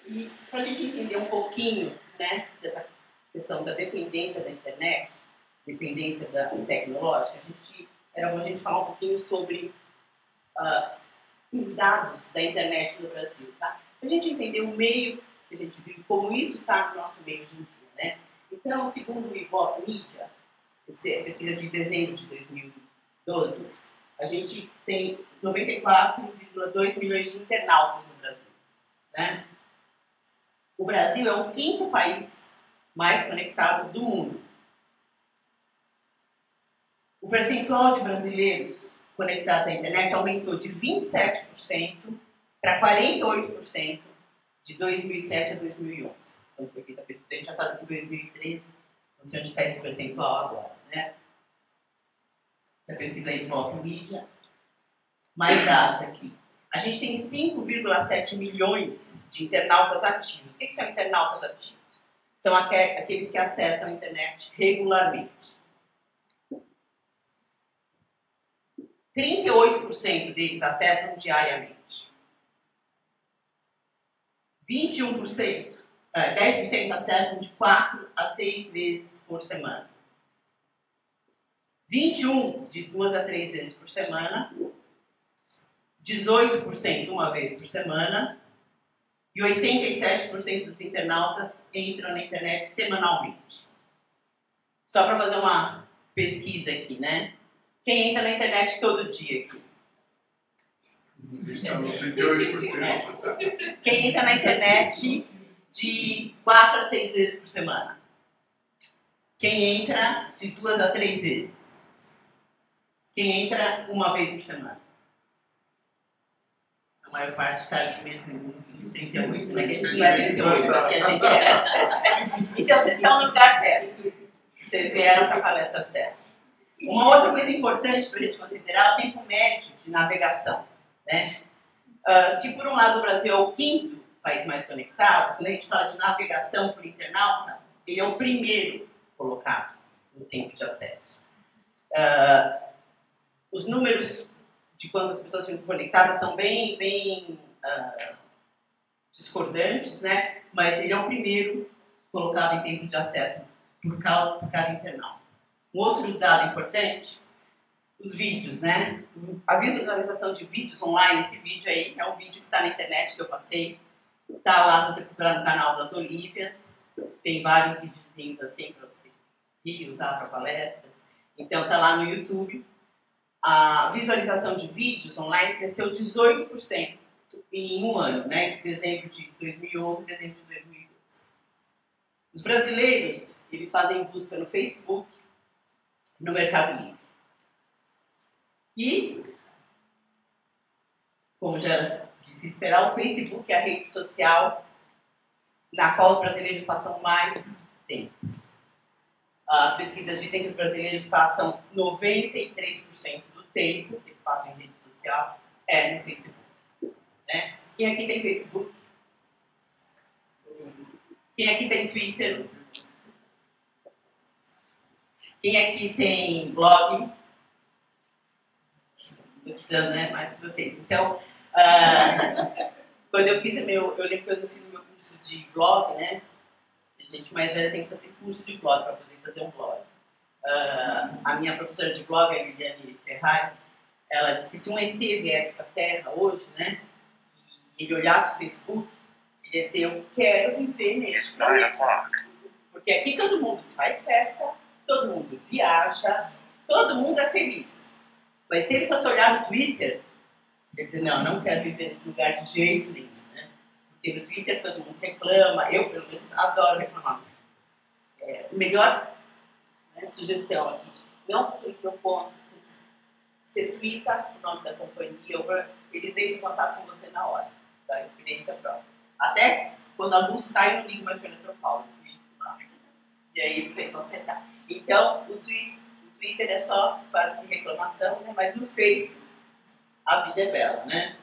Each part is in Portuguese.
E para a gente entender um pouquinho, né, dessa questão da dependência da internet, dependência tecnológica, era bom a gente falar um pouquinho sobre os dados da internet no Brasil, tá? Para a gente entender o meio que a gente vive, como isso está no nosso meio hoje em dia, né? Então, segundo o Ibope Media, pesquisa de dezembro de 2012, a gente tem 94,2 milhões de internautas no Brasil, né? O Brasil é o quinto país mais conectado do mundo. O percentual de brasileiros conectados à internet aumentou de 27% para 48% de 2007 a 2011. Então, foi feita a pesquisa, a gente já está em 2013, não sei onde está esse percentual agora, né? A pesquisa aí do Open Media. Mais dados aqui. A gente tem 5,7 milhões de internautas ativos. O que são internautas ativos? São aqueles que acessam a internet regularmente. 38% deles acessam diariamente. 21%, 10% acessam de 4 a 6 vezes por semana. 21% de 2 a 3 vezes por semana. 18% uma vez por semana. E 87% dos internautas entram na internet semanalmente. Só para fazer uma pesquisa aqui, né? Quem entra na internet todo dia aqui? Quem entra na internet de 4 a 6 vezes por semana? Quem entra de 2 a 3 vezes? Quem entra uma vez por semana? A maior parte está nos 38, né? Que a gente não é 38, que a gente é. Então vocês estão no lugar certo. Vocês vieram para a palestra certa. Uma outra coisa importante para a gente considerar é o tempo médio de navegação, né? Se por um lado o Brasil é o quinto país mais conectado, quando a gente fala de navegação por internauta, ele é o primeiro colocado no tempo de acesso. Os números de quantas pessoas ficam conectadas são bem discordantes, né? Mas ele é o primeiro colocado em tempo de acesso por cada internauta. Um outro dado importante, os vídeos, né? A visualização de vídeos online, esse vídeo aí é um vídeo que está na internet que eu passei, está lá, se você procurar no canal das Olívias, tem vários videozinhos assim para você ir usar para palestra. Então está lá no YouTube. A visualização de vídeos online cresceu 18% em um ano, né? De dezembro de 2011 a dezembro de 2012. Os brasileiros, eles fazem busca no Facebook, no Mercado Livre. E, como já era de se esperar, o Facebook é a rede social na qual os brasileiros passam mais tempo. As pesquisas dizem que os brasileiros passam 93% do tempo que eles passam em rede social no Facebook. Né? Quem aqui tem Facebook? Quem aqui tem Twitter? Quem aqui tem blog? Estou precisando, né? Mais de vocês. Então, quando eu fiz eu lembro que eu fiz o meu curso de blog, né? A gente mais velha tem que fazer curso de blog para poder fazer um blog. A minha professora de blog, a Liliane Ferrari, ela disse que se um ET viesse para a Terra hoje, né? E ele olhasse o Facebook, ele ia dizer, eu quero viver nesse planeta. Porque aqui todo mundo faz festa, todo mundo viaja, todo mundo é feliz. Mas se ele fosse olhar no Twitter, ele ia dizer, não quero viver nesse lugar de jeito nenhum. Né? Porque no Twitter todo mundo reclama, eu pelo menos adoro reclamar. Melhor sugestão aqui, não clique no ponto, você twitta o nome da companhia, eles entram em contato com você na hora, da experiência própria. Até quando a luz cai, eu não ligo mais para o Eletropaulo, e aí eles vêm consertar. Então, o Twitter é só base de reclamação, né? Mas no Face a vida é bela, né?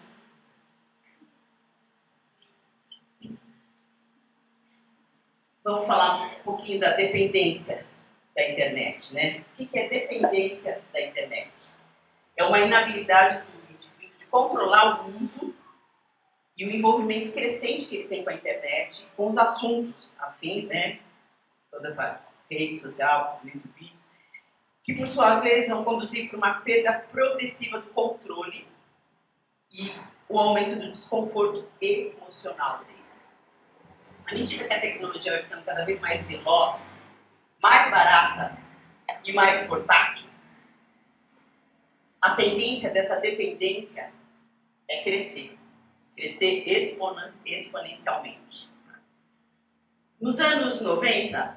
Vamos falar um pouquinho da dependência da internet, né? O que é dependência da internet? É uma inabilidade do indivíduo de controlar o uso e o envolvimento crescente que ele tem com a internet, com os assuntos afins, né? Toda essa rede social, vídeos, que por sua vez vão conduzir para uma perda progressiva do controle e o aumento do desconforto emocional dele. À medida que a tecnologia vai ficando cada vez mais veloz, mais barata e mais portátil, a tendência dessa dependência é crescer exponencialmente. Nos anos 90,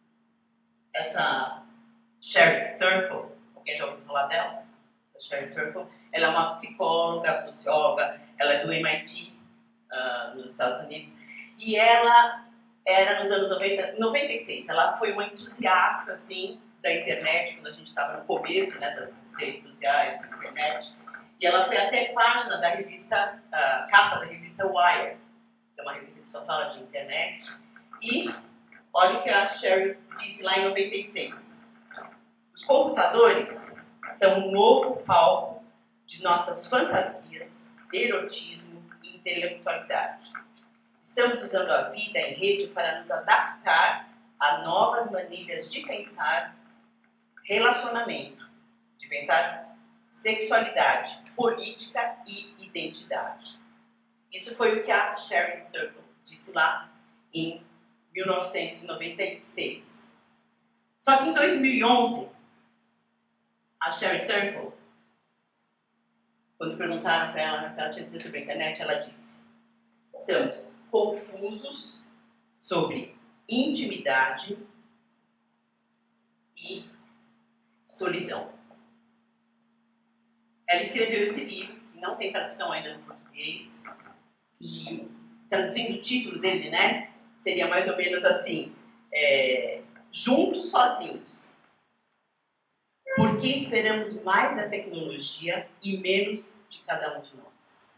essa Sherry Turkle, quem já ouviu falar dela? A Sherry Turkle, ela é uma psicóloga, socióloga, ela é do MIT, nos Estados Unidos, e ela era nos anos 90, 96, ela foi uma entusiasta, assim, da internet, quando a gente estava no começo, né, das redes sociais, da internet, e ela foi até página da revista, capa da revista Wired, que é uma revista que só fala de internet, e olha o que a Sherry disse lá em 96. Os computadores são um novo palco de nossas fantasias, erotismo e intelectualidade. Estamos usando a vida em rede para nos adaptar a novas maneiras de pensar relacionamento, de pensar sexualidade, política e identidade. Isso foi o que a Sherry Turkle disse lá em 1996. Só que em 2011, a Sherry Turkle, quando perguntaram para ela o que ela tinha dizer sobre a internet, ela disse: estamos confusos sobre intimidade e solidão. Ela escreveu esse livro, que não tem tradução ainda no português, e traduzindo o título dele, né, seria mais ou menos assim, Juntos Sozinhos. Por que esperamos mais da tecnologia e menos de cada um de nós?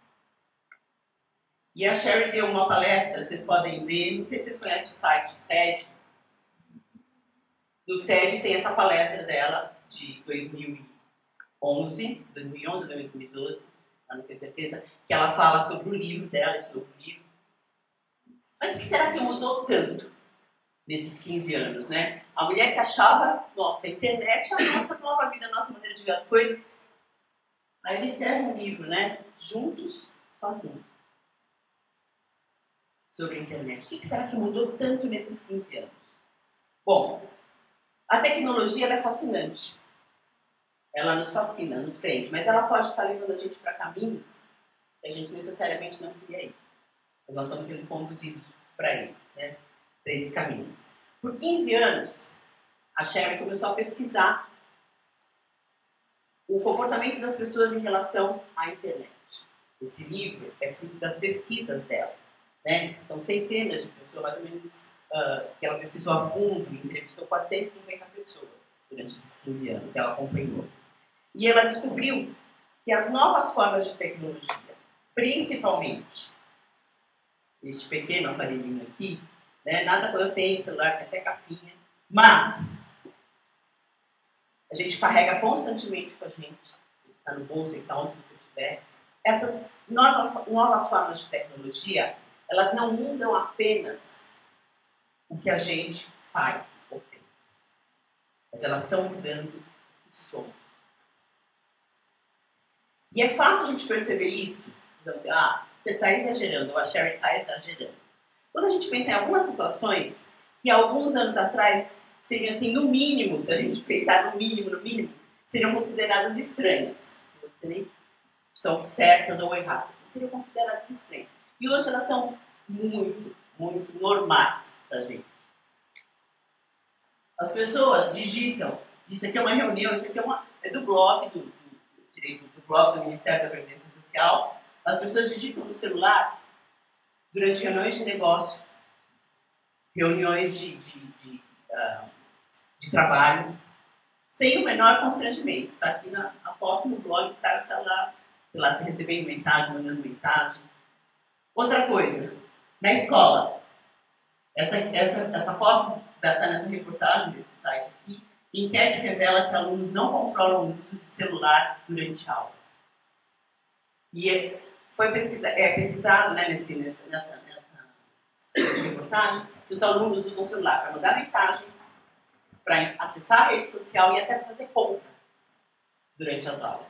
E a Sherry deu uma palestra, vocês podem ver, não sei se vocês conhecem o site TED. No TED tem essa palestra dela, de 2011, 2012, não tenho certeza, que ela fala sobre o livro dela, esse novo livro. Mas o que será que mudou tanto nesses 15 anos, né? A mulher que achava, nossa, a internet é a nossa nova vida, a nossa maneira de ver as coisas. Aí ele escreve um livro, né? Juntos, sozinhos. Sobre a internet. O que será que mudou tanto nesses 15 anos? Bom, a tecnologia ela é fascinante. Ela nos fascina, nos prende, mas ela pode estar levando a gente para caminhos que a gente necessariamente não queria ir. Mas nós estamos sendo conduzidos para eles, né? Para esses caminhos. Por 15 anos, a Sherry começou a pesquisar o comportamento das pessoas em relação à internet. Esse livro é fruto das pesquisas dela. Né? São centenas de pessoas, mais ou menos, que ela pesquisou a fundo e entrevistou 450 pessoas durante esses 15 anos que ela acompanhou. E ela descobriu que as novas formas de tecnologia, principalmente este pequeno aparelhinho aqui, né? Nada quando eu tenho celular, tem até capinha, mas a gente carrega constantemente com a gente, está no bolso, está onde você estiver. Essas novas formas de tecnologia, elas não mudam apenas o que a gente faz ou tem, mas elas estão mudando o que somos. E é fácil a gente perceber isso, dizendo, você está exagerando, ou a Sherry está exagerando. Quando a gente pensa em algumas situações que alguns anos atrás seriam assim, no mínimo, se a gente pensar no mínimo, seriam consideradas estranhas. Não são certas ou erradas, seriam consideradas estranhas. E hoje elas são muito, muito normais para a gente. As pessoas digitam, isso aqui é uma reunião, isso aqui é do blog, do blog do Ministério da Previdência Social. As pessoas digitam no celular durante reuniões de negócio, reuniões de trabalho, sem o menor constrangimento. Está aqui na foto no blog, o cara está lá, sei lá, se recebendo mensagem, mandando mensagem. Outra coisa, na escola, essa foto está nessa reportagem desse site aqui, enquete revela que alunos não controlam o uso de celular durante a aula. E foi pesquisado, né, nessa reportagem, que os alunos usam o celular para mandar mensagem, para acessar a rede social e até para fazer compra durante as aulas.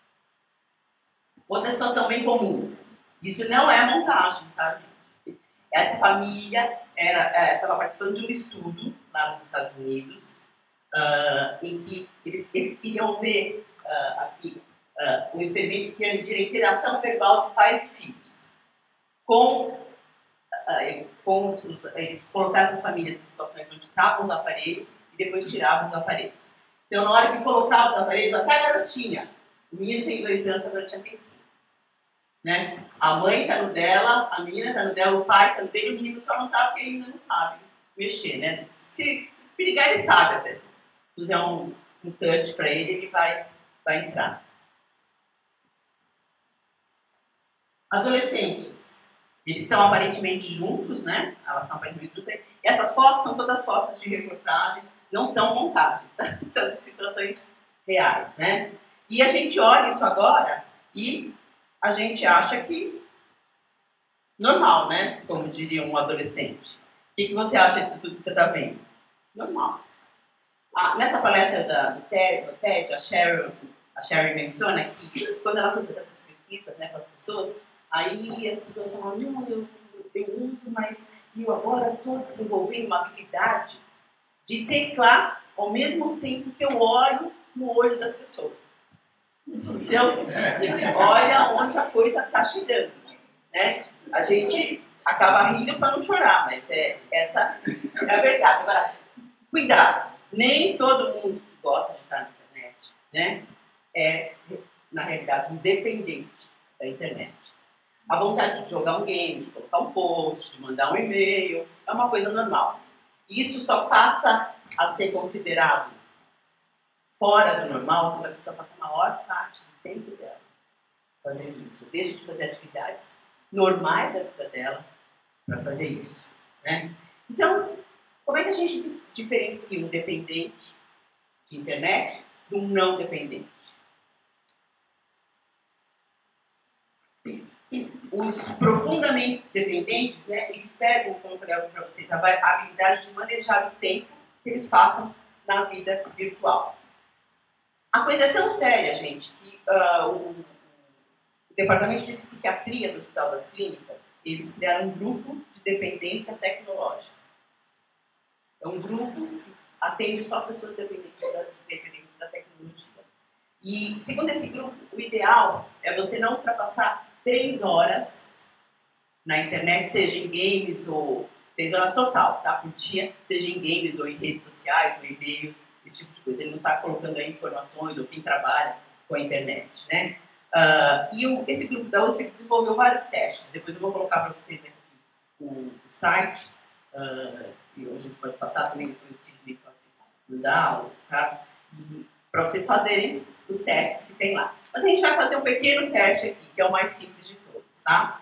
Outra situação bem comum. Isso não é montagem, tá, gente? Essa família estava participando de um estudo lá nos Estados Unidos, em que eles queriam ver um experimento que ia medir a interação verbal de pais e filhos. Eles colocaram as famílias em situações onde estavam os aparelhos e depois tiravam os aparelhos. Então, na hora que colocava os aparelhos, até a garotinha, o menino tem 2 anos, a garotinha tem 5. Né? A mãe está no dela, a menina está no dela, o pai está no dele, o menino só não está porque ele ainda não sabe mexer. Né? Se perigar, ele sabe até. Se fizer um touch para ele, ele vai entrar. Adolescentes. Eles estão aparentemente juntos, né? Elas estão aparentemente juntas. E essas fotos são todas fotos de reportagem, não são montagens, tá? São de situações reais, né? E a gente olha isso agora e a gente acha que normal, né? Como diria um adolescente. O que você acha disso tudo que você está vendo? Normal. Nessa palestra do TED, a Sherry menciona que quando ela faz essas pesquisas, né, com as pessoas, aí as pessoas falam, não, eu uso, mas eu agora estou desenvolvendo uma habilidade de teclar ao mesmo tempo que eu olho no olho das pessoas. Então, olha onde a coisa está chegando. Né? A gente acaba rindo para não chorar, mas essa é a verdade. Agora, cuidado, nem todo mundo que gosta de estar na internet, né, é, na realidade, independente da internet. A vontade de jogar um game, de colocar um post, de mandar um e-mail, é uma coisa normal. Isso só passa a ser considerado fora do normal quando a pessoa passa a maior parte do tempo dela fazendo isso. Deixa de fazer atividades normais da vida dela para fazer isso. Né? Então, como é que a gente diferencia um dependente de internet de um não dependente? Os profundamente dependentes, né, eles pegam, como eu falei para vocês, a habilidade de manejar o tempo que eles passam na vida virtual. A coisa é tão séria, gente, que o Departamento de Psiquiatria do Hospital das Clínicas, eles criaram um grupo de dependência tecnológica. É um grupo que atende só pessoas dependentes da tecnologia. E, segundo esse grupo, o ideal é você não ultrapassar 3 horas na internet, seja em games ou 3 horas total, tá? Por dia, seja em games ou em redes sociais, ou e-mails, esse tipo de coisa. Ele não está colocando aí informações ou quem trabalha com a internet, né? Esse grupo da USP desenvolveu vários testes. Depois eu vou colocar para vocês aqui o site, e a gente pode passar também, depois o Sidney pode mandar, o Carlos, para vocês fazerem os testes que tem lá. Mas a gente vai fazer um pequeno teste aqui, que é o mais simples de todos, tá?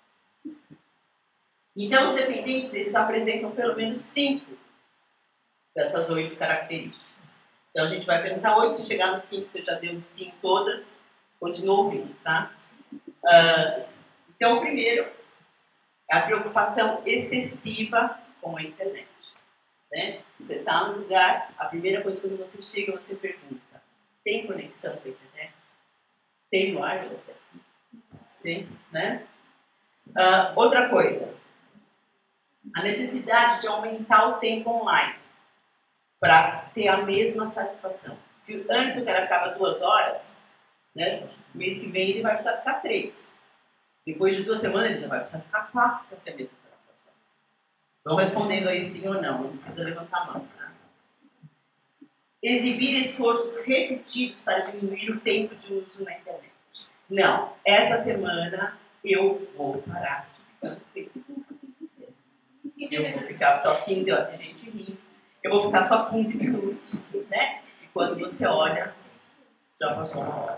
Então, os dependentes, eles apresentam pelo menos 5 dessas 8 características. Então, a gente vai perguntar 8, se chegar no 5, você já deu 5 todas, continua ouvindo, tá? Então, o primeiro é a preocupação excessiva com a internet. Né? Você está no lugar, a primeira coisa quando você chega, você pergunta, tem conexão com a internet? Tem no ar de você? Tem, né? Outra coisa, a necessidade de aumentar o tempo online para ter a mesma satisfação. Se antes o cara ficava 2 horas, né, no mês que vem ele vai precisar ficar 3. Depois de 2 semanas ele já vai precisar ficar 4 para ter a mesma satisfação. Vão respondendo aí sim ou não precisa levantar a mão. Tá? Exibir esforços repetidos para diminuir o tempo de uso na internet. Não, essa semana eu vou parar de ficar no Facebook. Eu vou ficar só 15 horas, a gente ri. Eu vou ficar só 15 minutos, né? E quando você olha, já passou uma hora.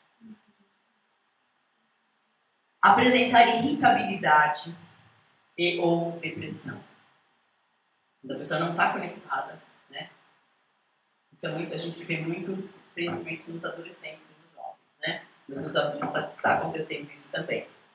Apresentar irritabilidade e ou depressão. Quando a pessoa não está conectada, né? Isso é muito, a gente vê muito, principalmente nos adolescentes e nos jovens, né? Nos adultos está acontecendo isso também.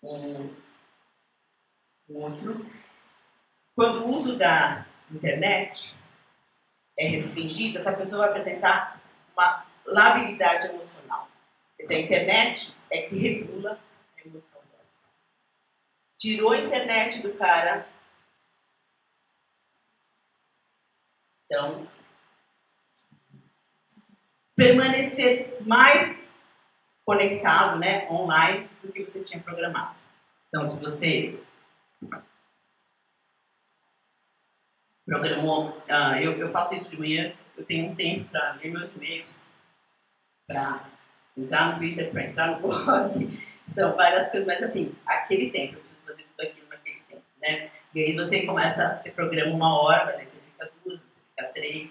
um outro. Quando o uso da internet é restringido, essa pessoa vai apresentar uma labilidade emocional. A internet é que regula a emoção dela. Tirou a internet do cara, então, permanecer mais conectado, né, online, do que você tinha programado. Então, se você programou, eu faço isso de manhã, eu tenho um tempo para ler meus e-mails, para entrar no Twitter, para entrar no blog, são várias coisas, mas assim, aquele tempo, eu preciso fazer tudo aquilo naquele tempo, né? E aí você começa, você programa 1 hora, né? Você fica 2, você fica 3.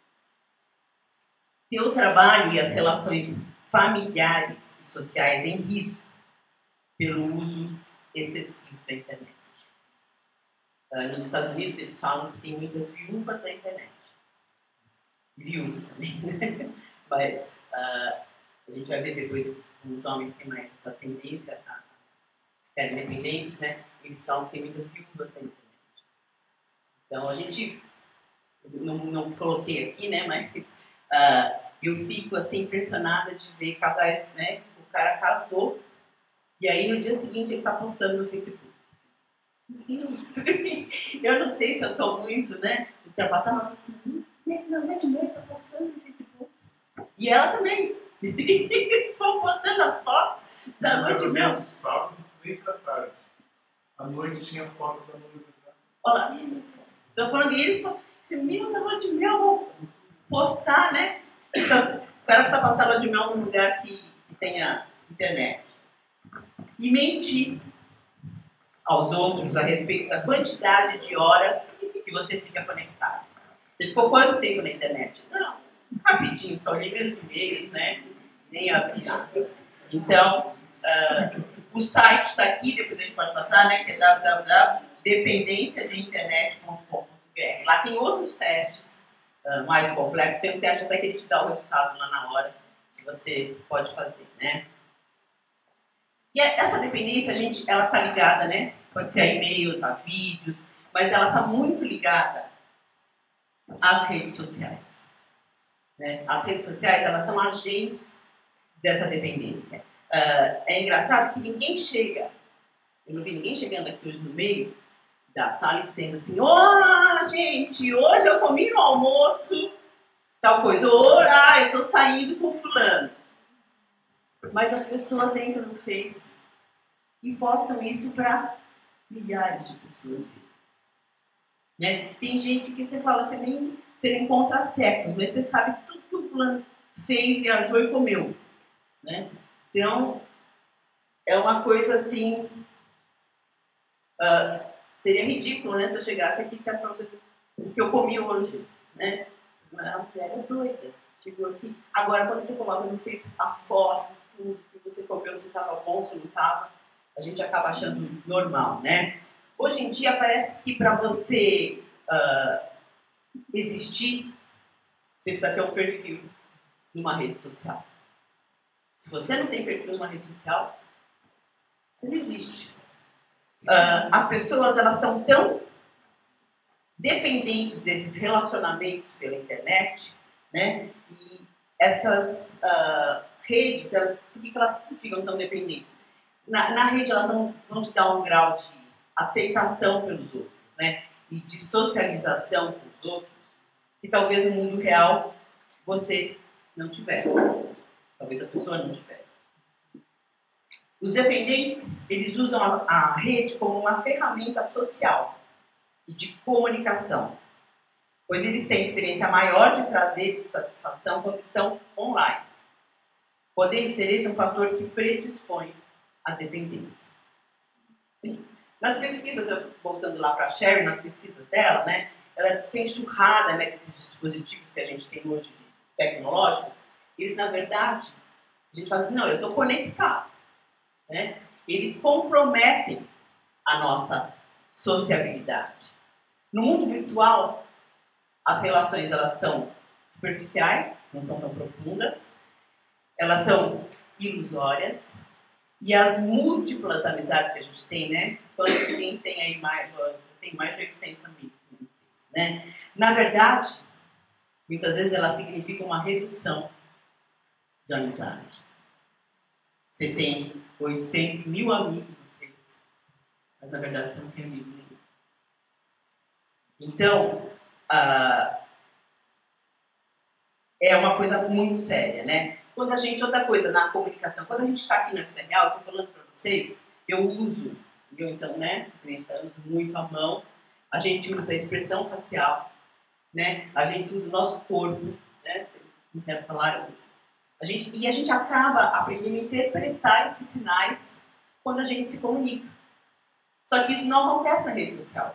Seu trabalho e as relações familiares e sociais em risco pelo uso excessivo da internet. Nos Estados Unidos, eles falam que tem muitas viúvas da internet. Viúvos também, né? Mas a gente vai ver depois os homens que têm mais essa tendência a ficar independentes, né? Eles falam que tem muitas viúvas da internet. Então, a gente, não coloquei aqui, né? Mas eu fico assim impressionada de ver casais, né? O cara casou e aí no dia seguinte ele está postando no Facebook. Eu não sei se eu estou muito, né? Ultrapassando, mas assim, não é de noite, está postando no Facebook. E ela também. Estão postando as fotos da noite mesmo. Sábado, 3 da tarde. À noite tinha foto da noiva. Olha, estou falando eles, esse menino da lua de mel, vou postar, né? Então, o cara precisa passar a lua de mel num lugar que tenha internet. E mentir aos outros a respeito da quantidade de horas que você fica conectado. Você ficou quanto tempo na internet? Não, rapidinho, só li meus e-mails, né? Nem abri nada. Então, o site está aqui, depois a gente pode passar, né? Que é www.dependenciadeinternet.com.br. Lá tem outros testes mais complexos. Tem um teste até que ele te dá o resultado lá na hora que você pode fazer, né? E essa dependência, ela está ligada, né? Pode ser a e-mails, a vídeos, mas ela está muito ligada às redes sociais. Né? As redes sociais, elas são agentes dessa dependência. É engraçado que ninguém chega, eu não vi ninguém chegando aqui hoje no meio da sala e dizendo assim, gente, hoje eu comi no almoço tal coisa, ou, eu estou saindo com fulano. Mas as pessoas entram no Face e postam isso para milhares de pessoas. Né? Tem gente que você fala, você nem encontra séculos, mas você sabe tudo que o fulano fez, viajou e comeu. Né? Então, é uma coisa assim, seria ridículo, né, se eu chegasse aqui e dissesse para você o que eu comi hoje. Né? Você era doida. Chegou aqui. Agora, quando você coloca no Facebook a foto, tudo que você comeu, se estava bom, se não estava, a gente acaba achando normal, né? Hoje em dia, parece que para você existir, você precisa ter um perfil numa rede social. Se você não tem perfil numa rede social, você não existe. As pessoas, elas estão tão dependentes desses relacionamentos pela internet, né? E essas redes, por que elas ficam tão dependentes? Na rede, elas vão te dar um grau de aceitação pelos outros, né? E de socialização com os outros, que talvez no mundo real você não tivesse. Talvez a pessoa não tivesse. Os dependentes, eles usam a rede como uma ferramenta social e de comunicação, pois eles têm experiência maior de prazer e de satisfação quando estão online, podendo ser esse um fator que predispõe à dependência. Nas pesquisas, voltando lá para a Sherry, nas pesquisas dela, né, ela diz que a enxurrada, né, desses dispositivos que a gente tem hoje tecnológicos, eles, na verdade, a gente fala assim, não, eu estou conectado. Né? Eles comprometem a nossa sociabilidade. No mundo virtual, as relações elas são superficiais, não são tão profundas, elas são ilusórias E as múltiplas amizades que a gente tem, né? Quando quem tem aí tem mais de 800 amigos, né? Na verdade, muitas vezes ela significa uma redução de amizade. Você tem 800 mil amigos, mas na verdade você não tem amigos nenhum. Então, é uma coisa muito séria, né? Quando a gente, outra coisa, na comunicação, quando a gente está aqui na vida real, eu estou falando para vocês, eu então, né, uso muito a mão, a gente usa a expressão facial, né? A gente usa o nosso corpo, né? Não quero falar, e a gente acaba aprendendo a interpretar esses sinais quando a gente se comunica. Só que isso não acontece na rede social.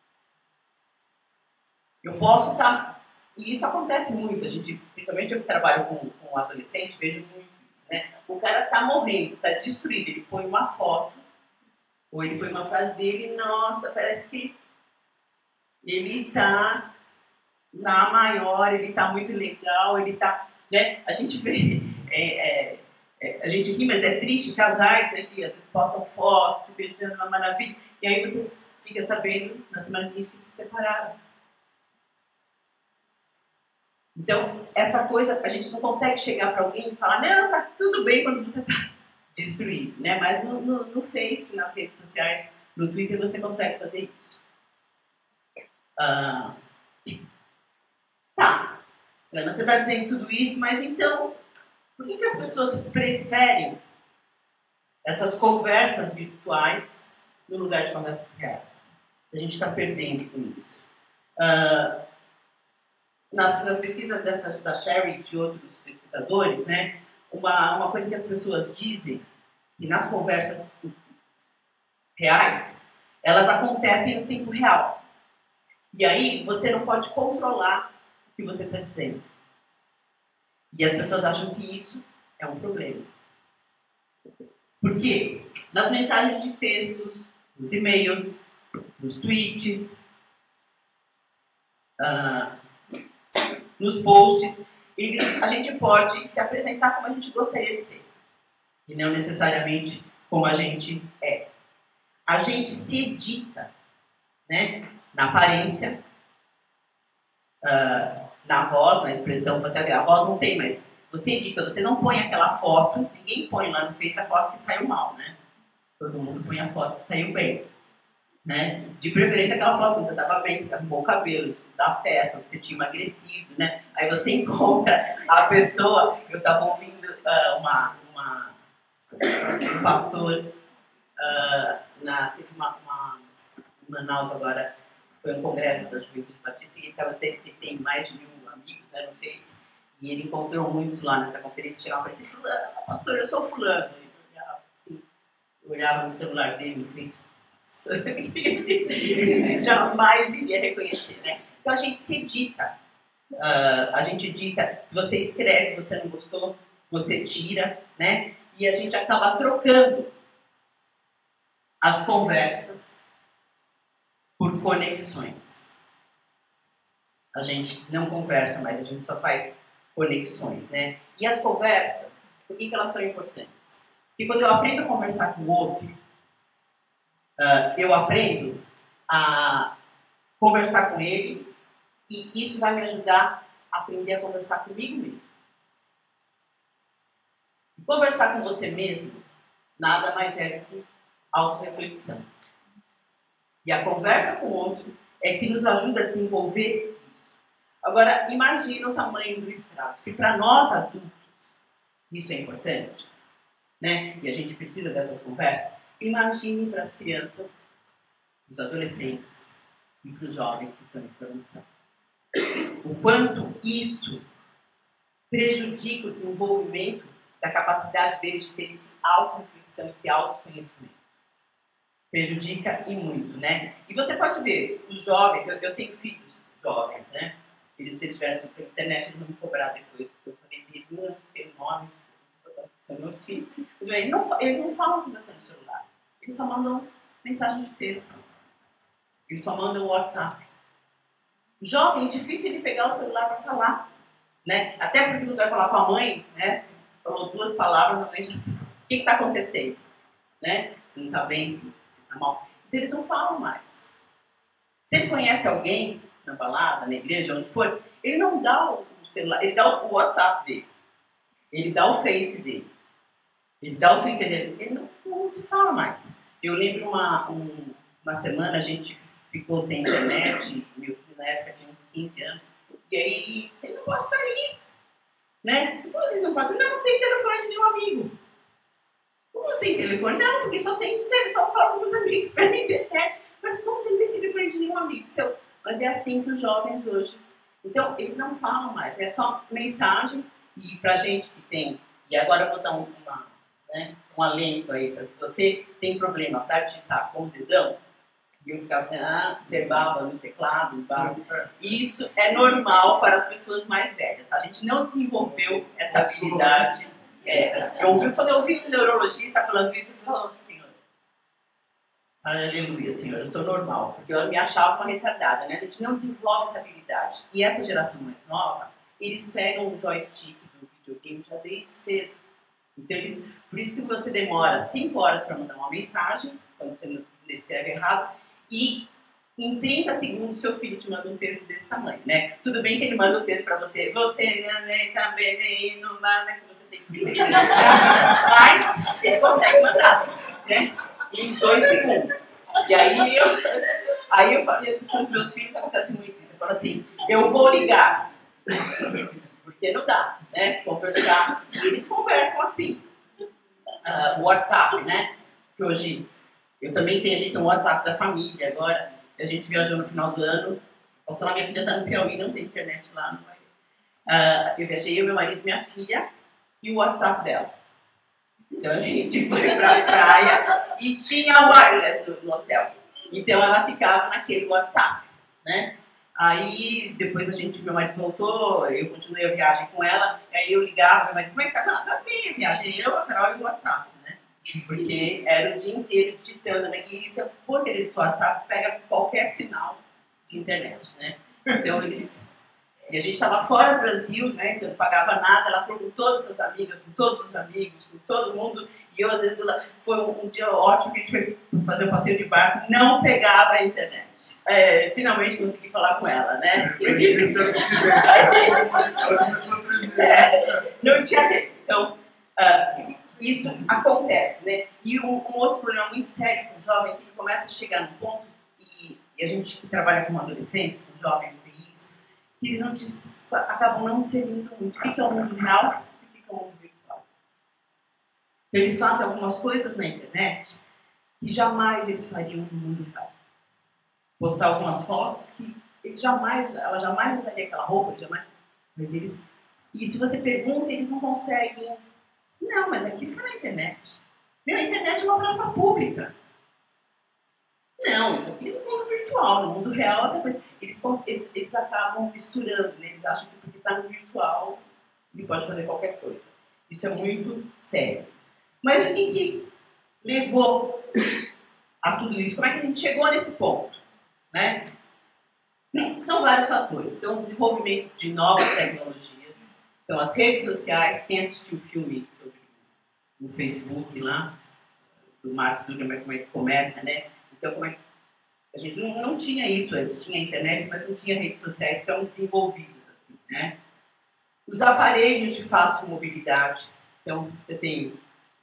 Eu posso estar... E isso acontece muito. A gente, principalmente eu que trabalho com adolescente, vejo muito isso, né? O cara está morrendo, está destruído. Ele põe uma foto, ou ele põe uma frase dele, nossa, parece que ele está na maior, ele está muito legal, ele está... Né? A gente vê... a gente ri, mas é triste, casais, né, que às vezes postam fotos, se beijando, uma maravilha, e aí você fica sabendo, na semana seguinte, que se separaram. Então, essa coisa, a gente não consegue chegar para alguém e falar, não, tá tudo bem quando você está destruído, né? Mas no Face, nas redes sociais, no Twitter, você consegue fazer isso. Tá, você está dizendo tudo isso, mas então, por que as pessoas preferem essas conversas virtuais no lugar de conversas reais? A gente está perdendo com isso. Nas pesquisas da Sherry e de outros pesquisadores, né, uma coisa que as pessoas dizem, que nas conversas reais, elas acontecem no tempo real. E aí você não pode controlar o que você está dizendo. E as pessoas acham que isso é um problema. Por quê? Nas mensagens de textos, nos e-mails, nos tweets, nos posts, a gente pode se apresentar como a gente gostaria de ser. E não necessariamente como a gente é. A gente se edita, né? Na aparência, na voz, na expressão, a voz não tem, mas você edita, você não põe aquela foto, ninguém põe lá no Face a foto que saiu mal, né? Todo mundo põe a foto que saiu bem. Né? De preferência aquela foto que você estava bem, você arrumou o cabelo, da festa, você tinha emagrecido, né? Aí você encontra a pessoa, eu estava ouvindo um pastor teve em Manaus agora, foi um congresso da Juventude Batista, e ele estava dizendo que tem mais de 1000 amigos, né, no Face, e ele encontrou muitos lá nessa conferência, chegava e falava assim, pastor, eu sou fulano. Eu olhava no celular dele, no Face, jamais iria reconhecer, né? Então a gente se edita. A gente edita, se você escreve, você não gostou, você tira, né? E a gente acaba trocando as conversas por conexões. A gente não conversa mais, a gente só faz conexões, né? E as conversas, por que elas são importantes? Porque quando eu aprendo a conversar com o outro, eu aprendo a conversar com ele e isso vai me ajudar a aprender a conversar comigo mesmo. E conversar com você mesmo nada mais é do que auto-reflexão. E a conversa com o outro é que nos ajuda a desenvolver isso. Agora, imagina o tamanho do estrago. Se para nós adultos isso é importante, né? E a gente precisa dessas conversas, imagine para as crianças, os adolescentes e para os jovens que estão em formação. O quanto isso prejudica o desenvolvimento da capacidade deles de ter esse auto-reflexão, esse autoconhecimento. Prejudica e muito, né? E você pode ver, os jovens, eu tenho filhos jovens, né? Se eles estivessem pela internet, eles vão me cobrar depois, porque eu falei deles, não tem nome, são meus filhos. Eles não falam conversando no celular, eles só mandam mensagem de texto, eles só mandam WhatsApp. Jovem, é difícil ele pegar o celular para falar, né? Até porque você vai falar com a mãe, né? Falou 2 palavras, a mãe já... O que está acontecendo? né? Se não está bem, se está mal. Então eles não falam mais. Se ele conhece alguém na balada, na igreja, onde for, ele não dá o celular, ele dá o WhatsApp dele, ele dá o Face dele, ele dá o Twitter dele, ele não se fala mais. Eu lembro uma semana a gente ficou sem internet, meu filho na época tinha uns 15 anos, e aí ele não pode sair, né? Se vocês não podem, não tem telefone de nenhum amigo. Como assim telefone? Não, porque só falo com os amigos pela internet. Mas como você não tem telefone de nenhum amigo seu? Mas é assim que os jovens hoje. Então, eles não falam mais, é só mensagem. E pra gente que tem, e agora eu vou dar um alento aí, para se você tem problema para digitar com o dedão, e eu ficava assim, verbava no teclado, isso é normal para as pessoas mais velhas. A gente não desenvolveu essa habilidade. Quando eu ouvi um neurologista falando isso, eu falava, Senhor, aleluia, Senhor, eu sou normal, porque eu me achava uma retardada, né? A gente não desenvolve essa habilidade. E essa geração mais nova, eles pegam o joystick do videogame já desde cedo. Então, por isso que você demora 5 horas para mandar uma mensagem, quando você não escreve errado, e em 30 segundos seu filho te manda um texto desse tamanho, né? Tudo bem que ele manda um texto para você, também não dá, né? Que você tem que escrever, mas ele consegue mandar, né? Em 2 segundos. E aí eu falei com os meus filhos, acontece muito isso. Eu falo assim, eu vou ligar. Porque não dá, né? Conversar. E eles conversam assim. O WhatsApp, né? Que hoje eu também tenho, a gente tem um WhatsApp da família agora. A gente viajou no final do ano. Posso falar, minha filha está no Piauí, não tem internet lá. Não vai. Eu viajei, eu, meu marido, minha filha e o WhatsApp dela. Então a gente foi para a praia e tinha wireless no hotel. Então ela ficava naquele WhatsApp, né? Aí depois meu marido voltou, eu continuei a viagem com ela, aí eu ligava, meu marido, como é que tá? Tá bem a viagem, eu, a Carol e o WhatsApp, né? Porque era o dia inteiro digitando, né? E isso, por ele do WhatsApp, pega qualquer sinal de internet, né? Então e a gente estava fora do Brasil, né? Então não pagava nada, ela falou com todas as amigas, com todos os amigos, com todo mundo. E eu, às vezes, foi um dia ótimo que a gente foi fazer um passeio de barco, não pegava a internet. Finalmente consegui falar com ela, né? Não tinha jeito. Então, isso acontece, né? E um outro problema muito sério com o jovem é que ele começa a chegar no ponto, e a gente que trabalha com adolescentes, com jovens, tem isso, que eles acabam não inserindo muito. Fica o mundo real e fica o mundo virtual. Então, eles fazem algumas coisas na internet que jamais eles fariam no mundo real. Postar algumas fotos que ela jamais usaria aquela roupa, e se você pergunta, eles não conseguem. Não, mas aquilo foi na internet. A internet é uma praça pública. Não, isso aqui é no mundo virtual, no mundo real, outra coisa. Eles acabam misturando, né? Eles acham que porque está no virtual, ele pode fazer qualquer coisa. Isso é muito sério. Mas o que levou a tudo isso? Como é que a gente chegou nesse ponto? Né? São vários fatores. Então, o desenvolvimento de novas tecnologias. Então, as redes sociais. Quem assistiu o filme sobre o Facebook lá, do Mark Zuckerberg, como é que começa, né? Então, como é que a gente não tinha isso antes, tinha internet, mas não tinha redes sociais tão desenvolvidas assim, né? Os aparelhos de fácil mobilidade. Então, você tem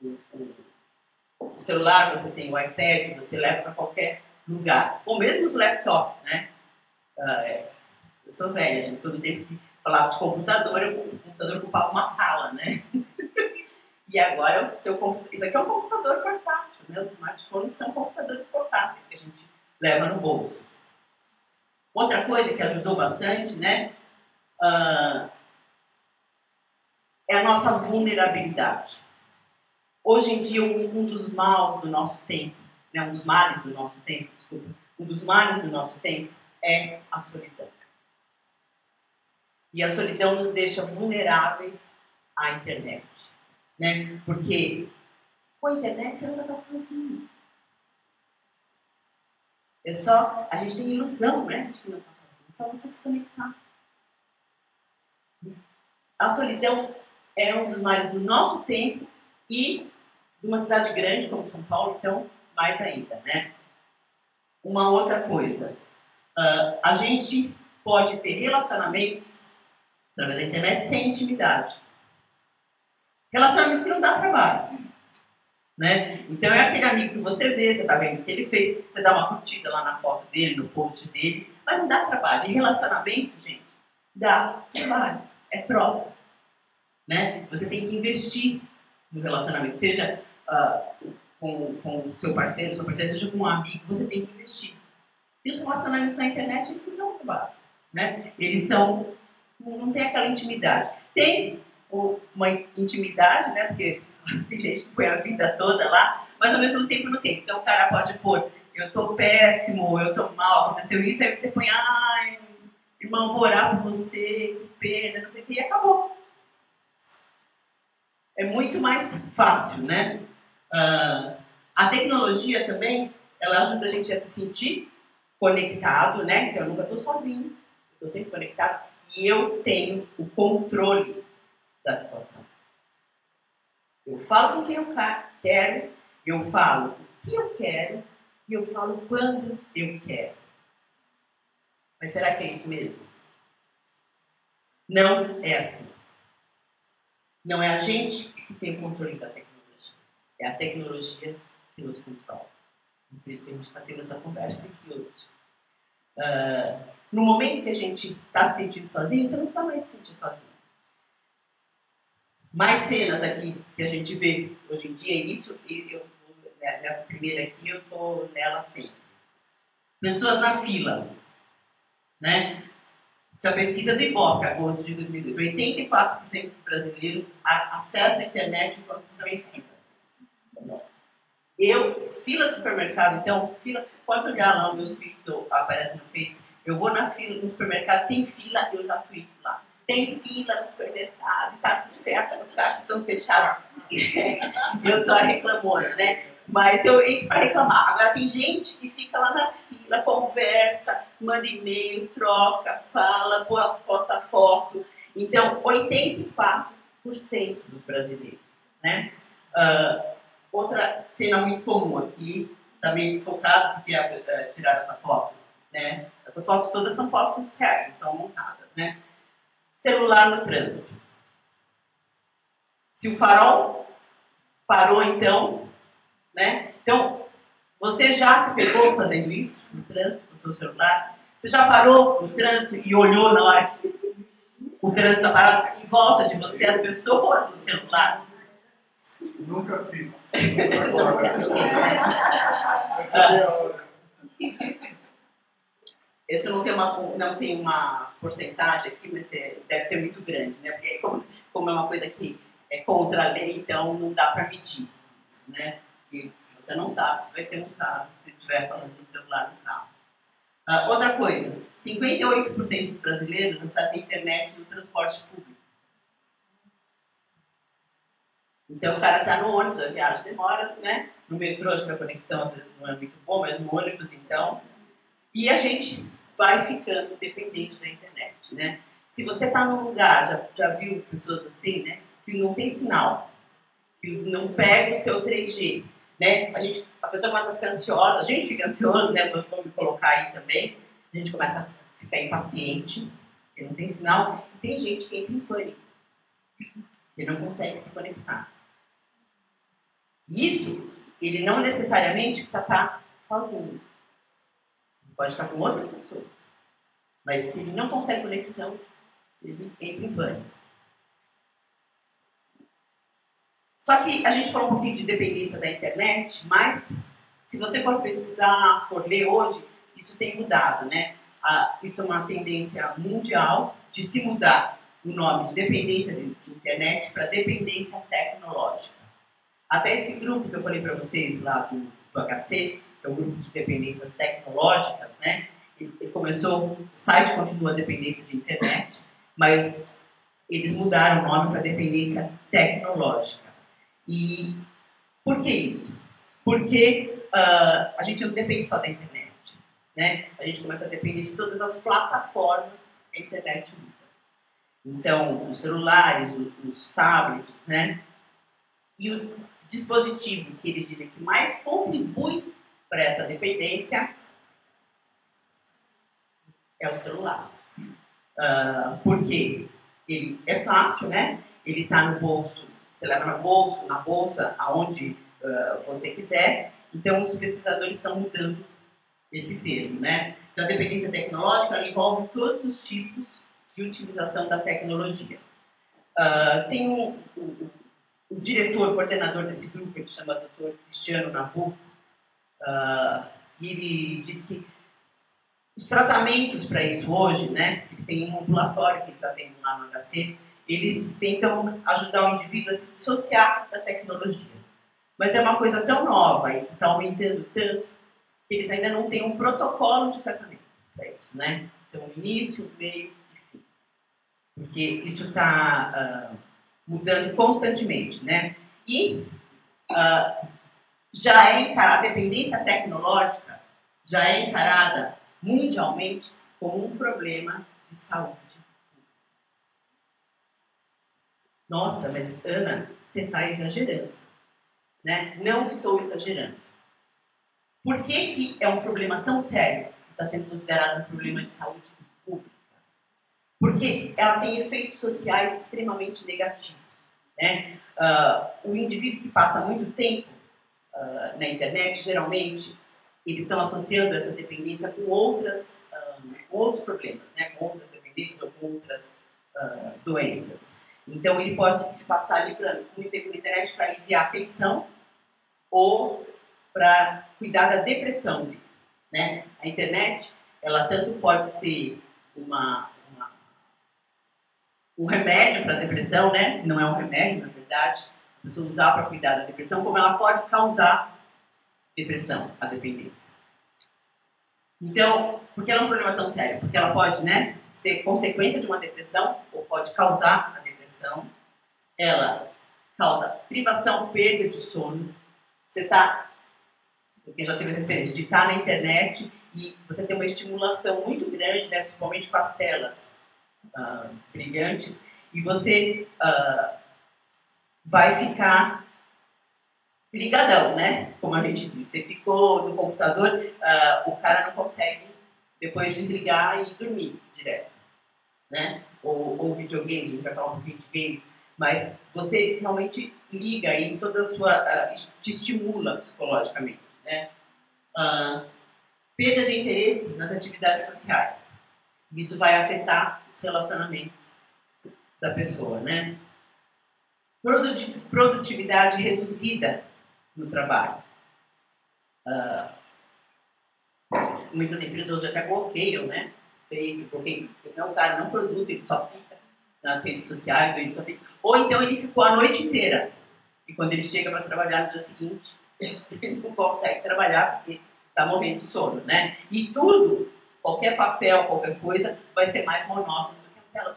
o celular, você tem o iPad, você leva para qualquer lugar. Ou mesmo os laptops, né? Eu sou velha, gente, sou do tempo que falava de computador, o computador ocupava uma sala, né? E agora isso aqui é um computador portátil, né? Os smartphones são computadores portáteis que a gente leva no bolso. Outra coisa que ajudou bastante, né? É a nossa vulnerabilidade. Hoje em dia, um dos males do nosso tempo, né? Um dos males do nosso tempo, desculpa, um dos males do nosso tempo é a solidão. E a solidão nos deixa vulneráveis à internet, né? Porque com a internet você não vai estar sozinho. A gente tem ilusão, né? De que não está sozinho, só você se conectar. A solidão é um dos males do nosso tempo e de uma cidade grande como São Paulo, então, mais ainda, né? Uma outra coisa, a gente pode ter relacionamentos através da internet sem intimidade. Relacionamento que não dá trabalho, né? Então é aquele amigo que você vê, você está vendo o que ele fez, você dá uma curtida lá na foto dele, no post dele, mas não dá trabalho. E relacionamento, gente, dá trabalho, é troca, né? Você tem que investir no relacionamento, seja com o seu parceiro, sua parceira, seja com um amigo, você tem que investir. E os relacionamentos na internet, eles não dão trabalho, né? Eles são, não tem aquela intimidade. Tem uma intimidade, né? Porque tem gente que põe a vida toda lá, mas ao mesmo tempo não tem. Então o cara pode pôr, eu tô péssimo, eu tô mal, aconteceu isso, aí você põe, ai, irmão, vou orar por você, que pena, não sei o que, e acabou. É muito mais fácil, né? A tecnologia também, ela ajuda a gente a se sentir conectado, né? Então eu nunca estou sozinho, estou sempre conectado e eu tenho o controle da situação. Eu falo com quem eu quero, eu falo o que eu quero e eu falo quando eu quero. Mas será que é isso mesmo? Não é assim. Não é a gente que tem o controle da tecnologia. É a tecnologia que nos controla. Por isso que a gente está tendo essa conversa aqui hoje. No momento que a gente está se sentindo sozinho, você não está mais se sentindo sozinho. Mais cenas aqui que a gente vê hoje em dia, isso, nessa primeira aqui, eu estou nela sempre. Pessoas na fila, né? Se a pesquisa do Ibope, agosto de 2018, 84% dos brasileiros acessam a internet enquanto estão em fila. Fila de supermercado, então, fila, pode olhar lá, meus vídeos aparecem no Face. Eu vou na fila, no supermercado, tem fila, eu já fui lá. Tem fila no supermercado, está tudo certo, os caixas estão fechados. Eu só reclamona, né? Mas eu entro para reclamar. Agora tem gente que fica lá na fila, conversa, manda e-mail, troca, fala, posta foto. Então, 84% dos brasileiros, né? Outra cena muito comum aqui, também desfocado, porque tiraram essa foto, né? Essas fotos todas são fotos reais, são montadas, né? Celular no trânsito. Se o farol parou, então, né? Então, você já se pegou fazendo isso no trânsito, com o seu celular? Você já parou no trânsito e olhou na hora que o trânsito está parado em volta de você, as pessoas no celular? Nunca fiz. Esse não tem uma porcentagem aqui, mas deve ser muito grande, né? Porque como é uma coisa que é contra a lei, então não dá para medir, né? E se você não sabe, você vai ter multado se estiver falando no celular no carro. Outra coisa, 58% dos brasileiros acessam a internet no transporte público. Então o cara está no ônibus, a viagem demora, né? No metrô, acho que a conexão às vezes não é muito boa, mas no ônibus, então. E a gente vai ficando dependente da internet, né? Se você está num lugar, já viu pessoas assim, né? Que não tem sinal, que não pega o seu 3G, né? A pessoa começa a ficar ansiosa, a gente fica ansioso, né? Vou me colocar aí também. A gente começa a ficar impaciente, porque não tem sinal. E tem gente que entra em pânico, que não consegue se conectar. Isso, ele não necessariamente precisa estar sozinho. Ele pode estar com outras pessoas. Mas se ele não consegue conexão, ele entra em pânico. Só que a gente falou um pouquinho de dependência da internet, mas se você for pesquisar, for ler hoje, isso tem mudado, né? Isso é uma tendência mundial de se mudar o nome de dependência de internet para dependência tecnológica. Até esse grupo que eu falei para vocês lá do HC, que é o grupo de dependências tecnológicas, né? Ele começou, o site continua dependência de internet, mas eles mudaram o nome para dependência tecnológica. E por que isso? Porque a gente não depende só da internet, né? A gente começa a depender de todas as plataformas que a internet usa. Então, os celulares, os tablets, né? E dispositivo que eles dizem que mais contribui para essa dependência é o celular. Porque ele é fácil, né? Ele está no bolso, você leva no bolso, na bolsa, aonde você quiser. Então, os pesquisadores estão mudando esse termo, né? Então, a dependência tecnológica ela envolve todos os tipos de utilização da tecnologia. Tem o diretor, coordenador desse grupo, ele chama Dr. Cristiano Nabuco, e ele diz que os tratamentos para isso hoje, né, tem um ambulatório que ele está tendo lá no HC, eles tentam ajudar o indivíduo a se dissociar da tecnologia. Mas é uma coisa tão nova e que está aumentando tanto que eles ainda não têm um protocolo de tratamento para isso, né? Então, início, meio e fim. Porque isso está mudando constantemente, né? E já é encarada, a dependência tecnológica já é encarada mundialmente como um problema de saúde. Nossa, mas Ana, você está exagerando. Né? Não estou exagerando. Por que é um problema tão sério que está sendo considerado um problema de saúde pública? Porque ela tem efeitos sociais extremamente negativos. Né? O indivíduo que passa muito tempo na internet, geralmente, eles estão associando essa dependência com outros problemas, né? Com outras dependências ou com outras doenças. Então, ele pode passar ali muito tempo na internet para aliviar a tensão ou para cuidar da depressão dele, né? A internet, ela tanto pode ser um remédio para a depressão, né? Não é um remédio, na verdade, a pessoa usar para cuidar da depressão, como ela pode causar depressão, a dependência. Então, por que ela é um problema tão sério? Porque ela pode, né, ser consequência de uma depressão ou pode causar a depressão. Ela causa privação, perda de sono. Você está, porque já teve essa experiência de estar na internet e você tem uma estimulação muito grande, né, principalmente com as telas brilhantes, e você vai ficar ligadão, né? Como a gente diz. Você ficou no computador, o cara não consegue depois desligar e dormir direto, né? Ou videogame, a gente vai falar um pouquinho de games, mas você realmente liga aí toda a sua... te estimula psicologicamente, né? Perda de interesse nas atividades sociais. Isso vai afetar os relacionamentos da pessoa, né? Produtividade reduzida no trabalho. Muitas empresas hoje até bloqueiam, né? Facebook, porque o cara não produz, ele só fica nas redes sociais, ou então ele ficou a noite inteira. E quando ele chega para trabalhar no dia seguinte, ele não consegue trabalhar porque está morrendo de sono, né? E tudo, qualquer papel, qualquer coisa, vai ser mais monótono do que a tela.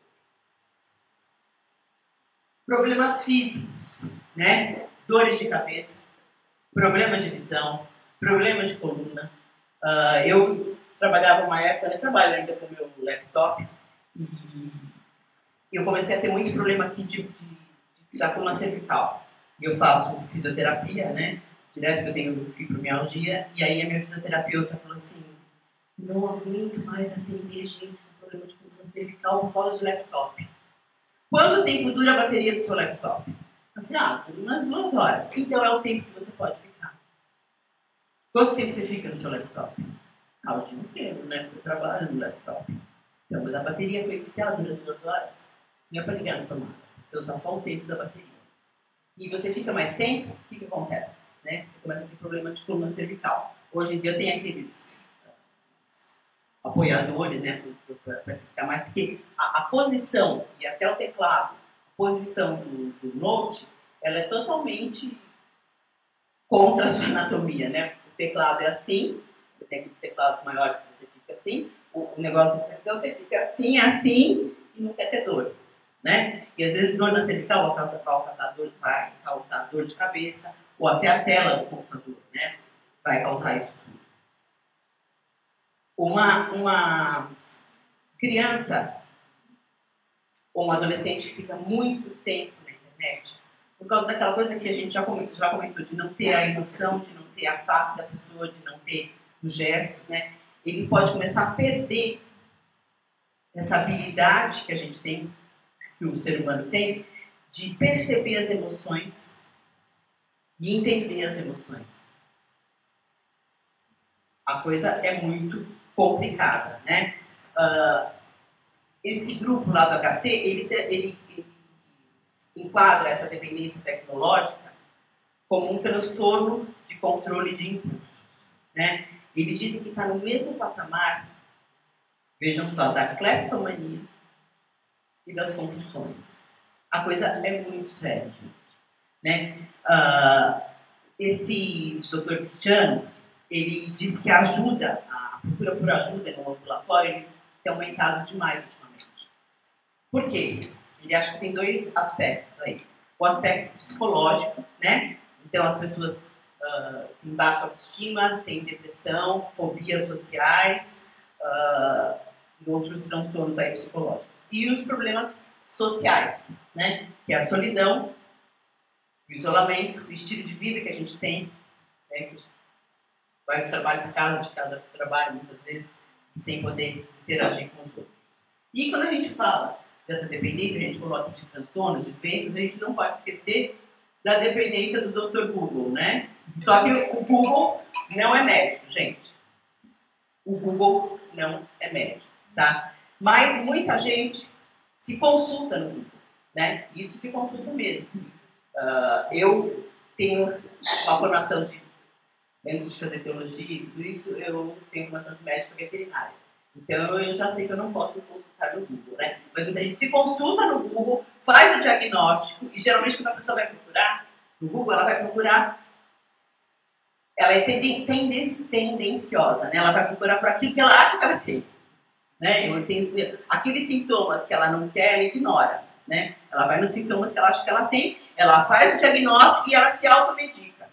Problemas físicos, né? Dores de cabeça, problemas de visão, problemas de coluna. Eu trabalhava uma época, eu trabalho ainda com o meu laptop, e eu comecei a ter muito problema aqui da coluna cervical. Eu faço fisioterapia, né? Direto que eu tenho fibromialgia, e aí a minha fisioterapeuta falou assim: não aguento mais atender gente com problema de coluna cervical por causa do laptop. Quanto tempo dura a bateria do seu laptop? Eu falei, dura umas 2 horas. Então é o tempo que você pode ficar. Quanto tempo você fica no seu laptop? O dia inteiro, né? Porque eu trabalho no laptop. Então, mas a bateria foi viciada durante 2 horas. Não é para ligar no tomada. Você usa só o tempo da bateria. E você fica mais tempo, o que acontece? Né? Você começa a ter problema de coluna cervical. Hoje em dia tem aqueles apoiadores, né? Para ficar mais. Porque a posição e até o teclado, a posição do note, ela é totalmente contra a sua anatomia, né? O teclado é assim, você tem aqueles teclados maiores que você fica assim, o negócio então você fica assim, assim, e não quer ter dor, né? E às vezes dor na cervical vai causar dor de cabeça, ou até a tela do computador, né? Vai causar isso tudo. Uma criança ou um adolescente que fica muito tempo na internet, por causa daquela coisa que a gente já comentou, de não ter a emoção, de não ter a face da pessoa, de não ter os gestos, né? Ele pode começar a perder essa habilidade que a gente tem, que o ser humano tem, de perceber as emoções e entender as emoções. A coisa é muito complicada, né? Esse grupo lá do HT, ele enquadra essa dependência tecnológica como um transtorno de controle de impulsos, né? Eles dizem que está no mesmo patamar, vejam só, da cleptomania e das compulsões. A coisa é muito séria, né? Esse doutor Cristiano, ele diz que a procura por ajuda no ambulatório, ele tem aumentado demais ultimamente. Por quê? Ele acha que tem dois aspectos aí. O aspecto psicológico, né? Então as pessoas têm baixa autoestima, têm depressão, fobias sociais e outros transtornos aí psicológicos. E os problemas sociais, né? Que é a solidão, o isolamento, o estilo de vida que a gente tem, né? Que vai do trabalho para casa, de casa para o trabalho, muitas vezes, sem poder interagir com os outros. E quando a gente fala dessa dependência, a gente coloca de transtornos, de doenças, a gente não pode esquecer da dependência do Dr. Google, né? Só que o Google não é médico, gente. O Google não é médico, tá? Mas muita gente se consulta no Google, né? Isso se consulta mesmo. Eu tenho uma formação antes de fazer teologia e tudo isso, eu tenho formação de médico veterinário. Então, eu já sei que eu não posso me consultar no Google, né? Mas a gente se consulta no Google, faz o diagnóstico, e geralmente quando a pessoa vai procurar no Google, ela vai procurar, ela é tendenciosa, né? Ela vai procurar por aquilo que ela acha que ela tem. Né? Aqueles sintomas que ela não quer, ela ignora. Né? Ela vai nos sintomas que ela acha que ela tem, ela faz o diagnóstico e ela se automedica.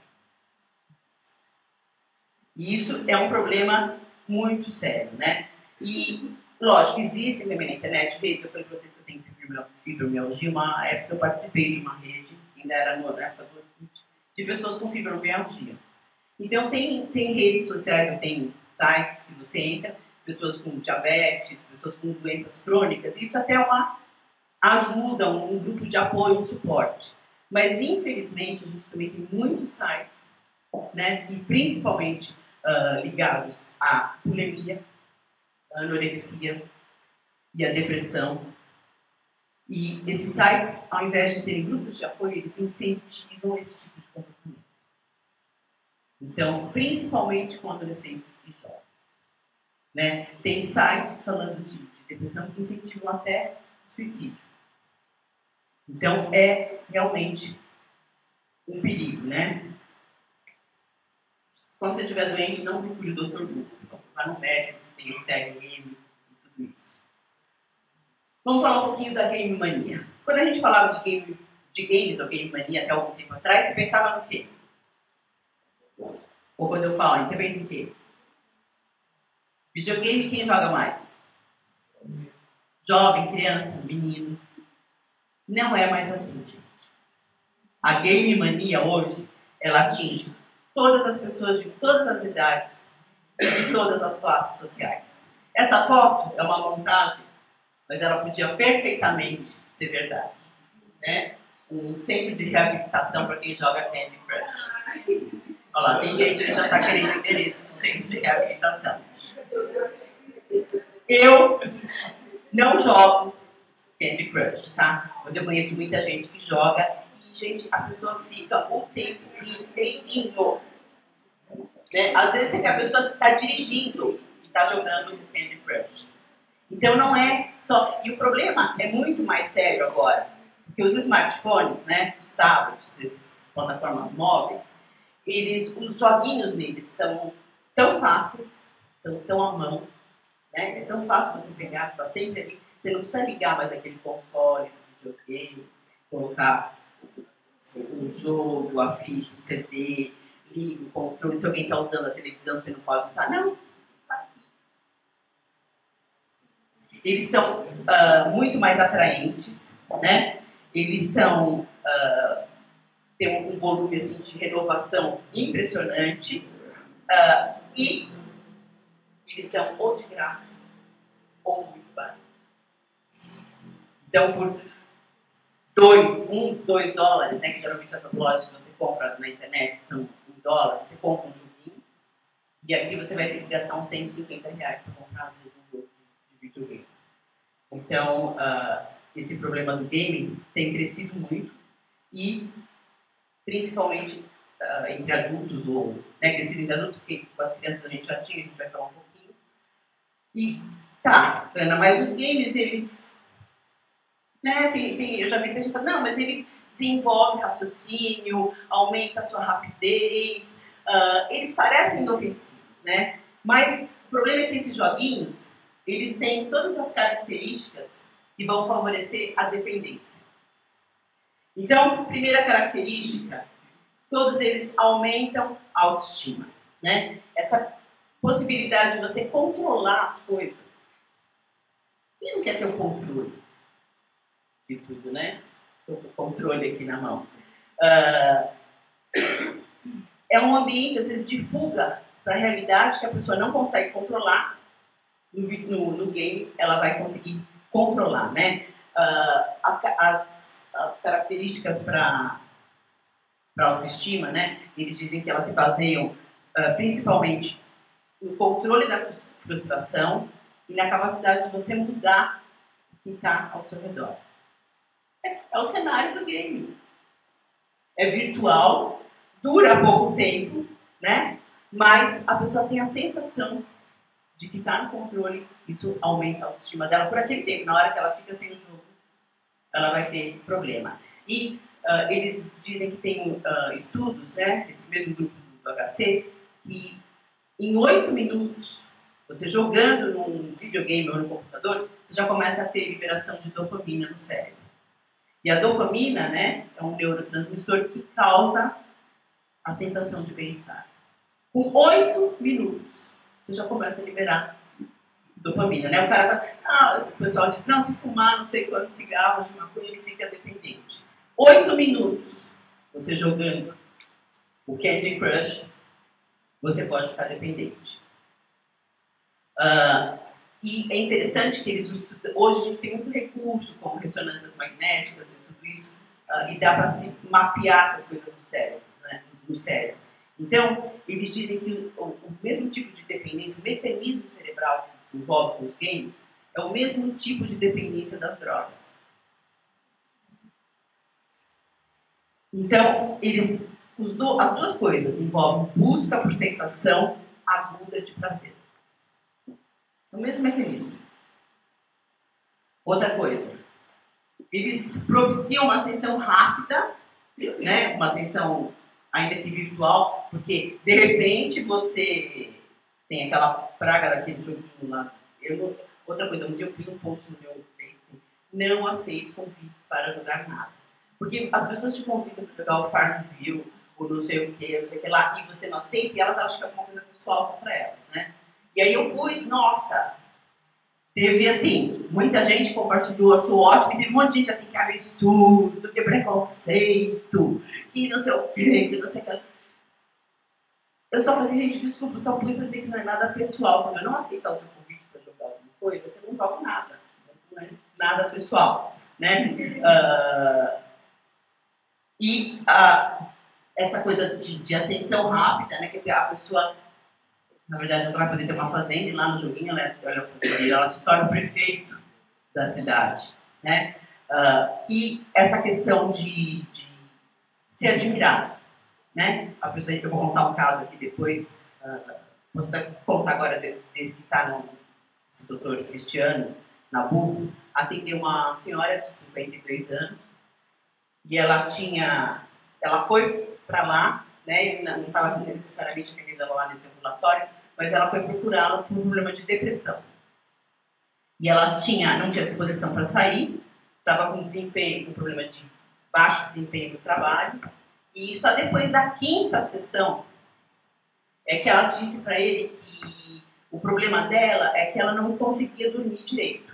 E isso é um problema muito sério, né? E, lógico, existem também na internet redes, eu falei para vocês que eu tenho fibromialgia, uma época eu participei de uma rede, ainda era na época do Orkut, de pessoas com fibromialgia. Então, tem redes sociais, tem sites que você entra, pessoas com diabetes, pessoas com doenças crônicas, isso até é uma ajuda, um grupo de apoio, um suporte. Mas, infelizmente, a gente também tem muitos sites, né, e principalmente ligados à bulimia, à anorexia e à depressão. E esses sites, ao invés de serem grupos de apoio, eles incentivam esse tipo de comportamento. Então, principalmente com adolescentes e jovens. Né? Tem sites falando de depressão que incentivam até suicídio. Então, é realmente um perigo, né? Quando você estiver doente, não procure o Dr. Google. Vá no médico, você tem o CRM e tudo isso. Vamos falar um pouquinho da game mania. Quando a gente falava de games ou game mania até algum tempo atrás, você pensava no quê? Ou quando eu falo, você pensa em quê? Videogame, quem joga mais? Jovem, criança, menino. Não é mais assim, gente. A game mania hoje, ela atinge todas as pessoas de todas as idades e de todas as classes sociais. Essa foto é uma montagem, mas ela podia perfeitamente ser verdade. Né? Um centro de reabilitação para quem joga Candy Crush. Olha lá, tem gente que já está querendo endereço do centro de reabilitação. Eu não jogo Candy Crush, tá? Mas eu conheço muita gente que joga e, gente, a pessoa fica o tempo inteirinho. Né? Às vezes é que a pessoa está dirigindo e está jogando Candy Crush. Então não é só... E o problema é muito mais sério agora. Porque os smartphones, né, os tablets, as plataformas móveis, os joguinhos neles são tão fáceis, são tão à mão, né? É tão fácil você pegar, está sempre ali. Você não precisa ligar mais aquele console, o videogame, colocar o jogo, a ficha, o CD, liga o controle. Se alguém está usando a televisão, você não pode usar. Não. Eles são muito mais atraentes, né? Eles são um volume assim, de renovação impressionante, e eles são ou de graça ou muito baratos. Então, por $2, né, que geralmente essas lojas que você compra na internet são em dólar, você compra um joguinho, e aqui você vai ter que gastar uns R$150 para comprar um jogo de videogame. Então, esse problema do gaming tem crescido muito, e principalmente entre adultos, ou crescido entre adultos, porque com as crianças a gente já tinha, a gente vai falar um pouquinho. E tá, Ana, mas os games, eles... Né, eu já vi que a gente fala, não, mas ele desenvolve raciocínio, aumenta a sua rapidez, eles parecem inofensivos, né? Mas o problema é que esses joguinhos, eles têm todas as características que vão favorecer a dependência. Então, primeira característica, todos eles aumentam a autoestima, né? Essa possibilidade de você controlar as coisas. Quem não quer ter o controle de tudo, né? Estou com o controle aqui na mão. É um ambiente, às vezes, de fuga para a realidade que a pessoa não consegue controlar. No game, ela vai conseguir controlar, né? As características para autoestima, né? Eles dizem que elas se baseiam principalmente no controle da frustração e na capacidade de você mudar o que está ao seu redor. É o cenário do game. É virtual, dura pouco tempo, né? Mas a pessoa tem a sensação de que está no controle, isso aumenta a autoestima dela por aquele tempo. Na hora que ela fica sem o jogo, ela vai ter problema. E eles dizem que tem estudos, né, esse mesmo grupo do HC, que em 8 minutos, você jogando num videogame ou no computador, você já começa a ter liberação de dopamina no cérebro. E a dopamina, né, é um neurotransmissor que causa a sensação de bem-estar. Com 8 minutos, você já começa a liberar dopamina, né? O pessoal diz, não, se fumar não sei quantos cigarros de maconha, ele fica dependente. 8 minutos, você jogando o Candy Crush, você pode ficar dependente. E é interessante que eles hoje a gente tem muito recurso, como ressonâncias magnéticas e tudo isso, e dá para se mapear essas coisas no cérebro, né? No cérebro. Então, eles dizem que o mesmo tipo de dependência, o mecanismo cerebral que se desenvolve com os games, é o mesmo tipo de dependência das drogas. Então, as duas coisas envolvem busca por sensação aguda de prazer. É o mesmo mecanismo. Outra coisa, eles propiciam uma atenção rápida, né? Uma atenção ainda que virtual, porque de repente você tem aquela praga daquele joguinho lá. Outra coisa, um dia eu fiz um post no meu Facebook, não aceito convites para jogar nada. Porque as pessoas te convidam para jogar o Farmville, ou não sei o que lá, e você não aceita, e elas acham que é alguma coisa pessoal contra elas, né? E aí eu pus, nossa, teve assim, muita gente compartilhou, achou ótimo, e teve um monte de gente assim, que absurdo, que preconceito, que não sei o que não sei o que. Eu só falei assim, gente, desculpa, só fui para dizer que não é nada pessoal. Quando eu não aceitar o seu convite para jogar alguma coisa, você não joga nada. Não é nada pessoal, né? Essa coisa de atenção rápida, né? Que a pessoa, na verdade, ela vai poder ter uma fazenda e lá no joguinho ela se torna o prefeito da cidade, né? E essa questão de ser admirado, né? A pessoa, eu vou contar um caso aqui depois, vou contar agora desse que está no doutor Cristiano Nabuco, atendeu uma senhora de 53 anos e ela foi para lá, né? Não estava necessariamente atendendo lá nesse ambulatório, mas ela foi procurá-la por um problema de depressão. E ela não tinha disposição para sair, estava com problema de baixo desempenho no trabalho, e só depois da 5ª sessão é que ela disse para ele que o problema dela é que ela não conseguia dormir direito.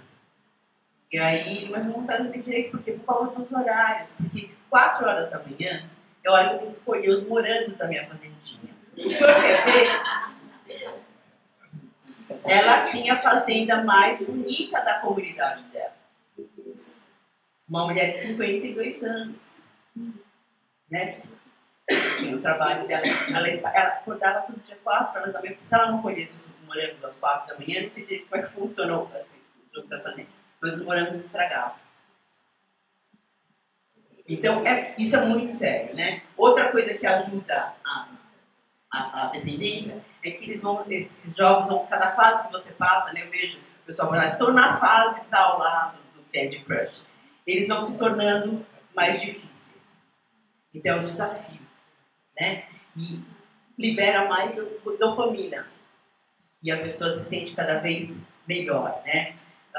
E aí, mas não consegue dormir direito porque por causa dos horários, porque 4 horas da manhã é hora que eu tenho que colher os morangos da minha fazendinha. O senhor quer ver? Ela tinha a fazenda mais bonita da comunidade dela. Uma mulher de 52 anos. Né? Tinha o trabalho dela. Ela acordava todo dia 4 horas da manhã. Se ela não colhesse os morangos às 4 da manhã, não sei direito como é que funcionou assim, o jogo da fazenda. Mas os morangos estragavam. Então, isso é muito sério, né? Outra coisa que ajuda a dependência é que esses jogos vão, cada fase que você passa, né? Eu vejo o pessoal falar, estou na fase tal lá do Candy Crush. Eles vão se tornando mais difíceis. Então, é um desafio, né? E libera mais dopamina. E a pessoa se sente cada vez melhor, né?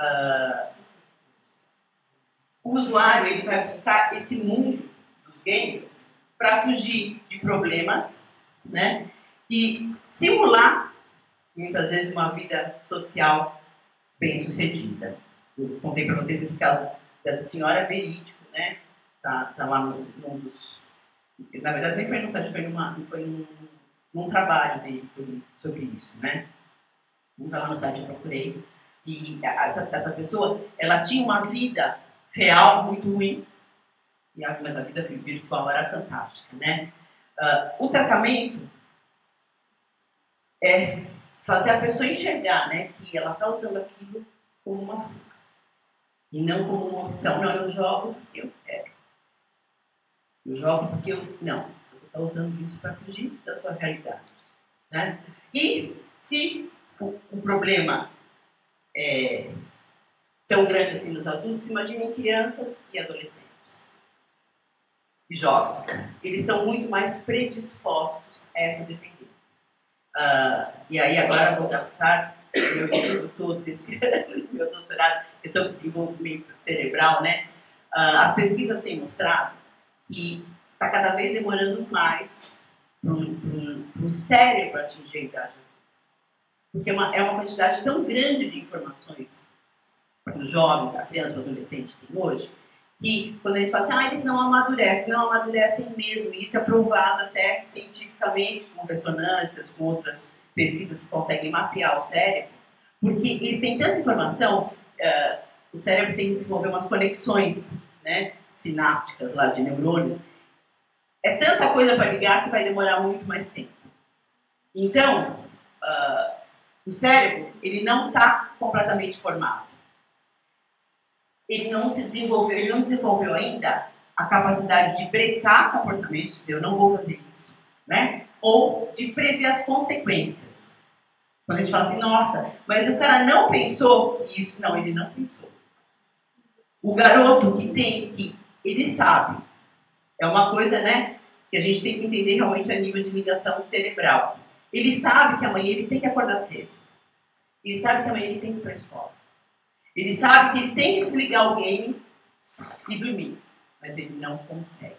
O usuário ele vai buscar esse mundo dos games para fugir de problemas, né? E simular, muitas vezes, uma vida social bem-sucedida. Eu contei para vocês esse caso dessa senhora verídico, né? Tá lá num dos... Na verdade, nem foi no site, foi num trabalho dele sobre isso, né? Não estava no site, eu procurei. E essa pessoa, ela tinha uma vida real muito ruim, mas a vida virtual era fantástica, né? O tratamento é fazer a pessoa enxergar, né, que ela está usando aquilo como uma fuga e não como uma opção. Não, eu jogo porque eu quero. Eu jogo porque eu... Não, você está usando isso para fugir da sua realidade, né? E se o problema é tão grande assim nos adultos, imaginem crianças e adolescentes. E jovens. Eles estão muito mais predispostos a essa dependência. E aí agora vou adaptar meu estudo todo desse ano, meu doutorado, que é sobre desenvolvimento cerebral, né? As pesquisas têm mostrado que está cada vez demorando mais para o cérebro atingir a idade. Porque é uma quantidade tão grande de informações para os jovens, a criança, o adolescente tem hoje, que quando a gente fala assim, eles não amadurecem mesmo. E isso é provado até cientificamente, com ressonâncias, com outras pesquisas que conseguem mapear o cérebro, porque ele tem tanta informação, o cérebro tem que desenvolver umas conexões, né, sinápticas lá de neurônios. É tanta coisa para ligar que vai demorar muito mais tempo. Então, o cérebro, ele não está completamente formado. Ele não desenvolveu ainda a capacidade de brecar comportamentos, eu não vou fazer isso, né? Ou de prever as consequências. Quando a gente fala assim, nossa, mas o cara não pensou que isso... Não, ele não pensou. O garoto ele sabe. É uma coisa, né, que a gente tem que entender realmente a nível de ligação cerebral. Ele sabe que amanhã ele tem que acordar cedo. Ele sabe que amanhã ele tem que ir para a escola. Ele sabe que ele tem que desligar o game e dormir. Mas ele não consegue.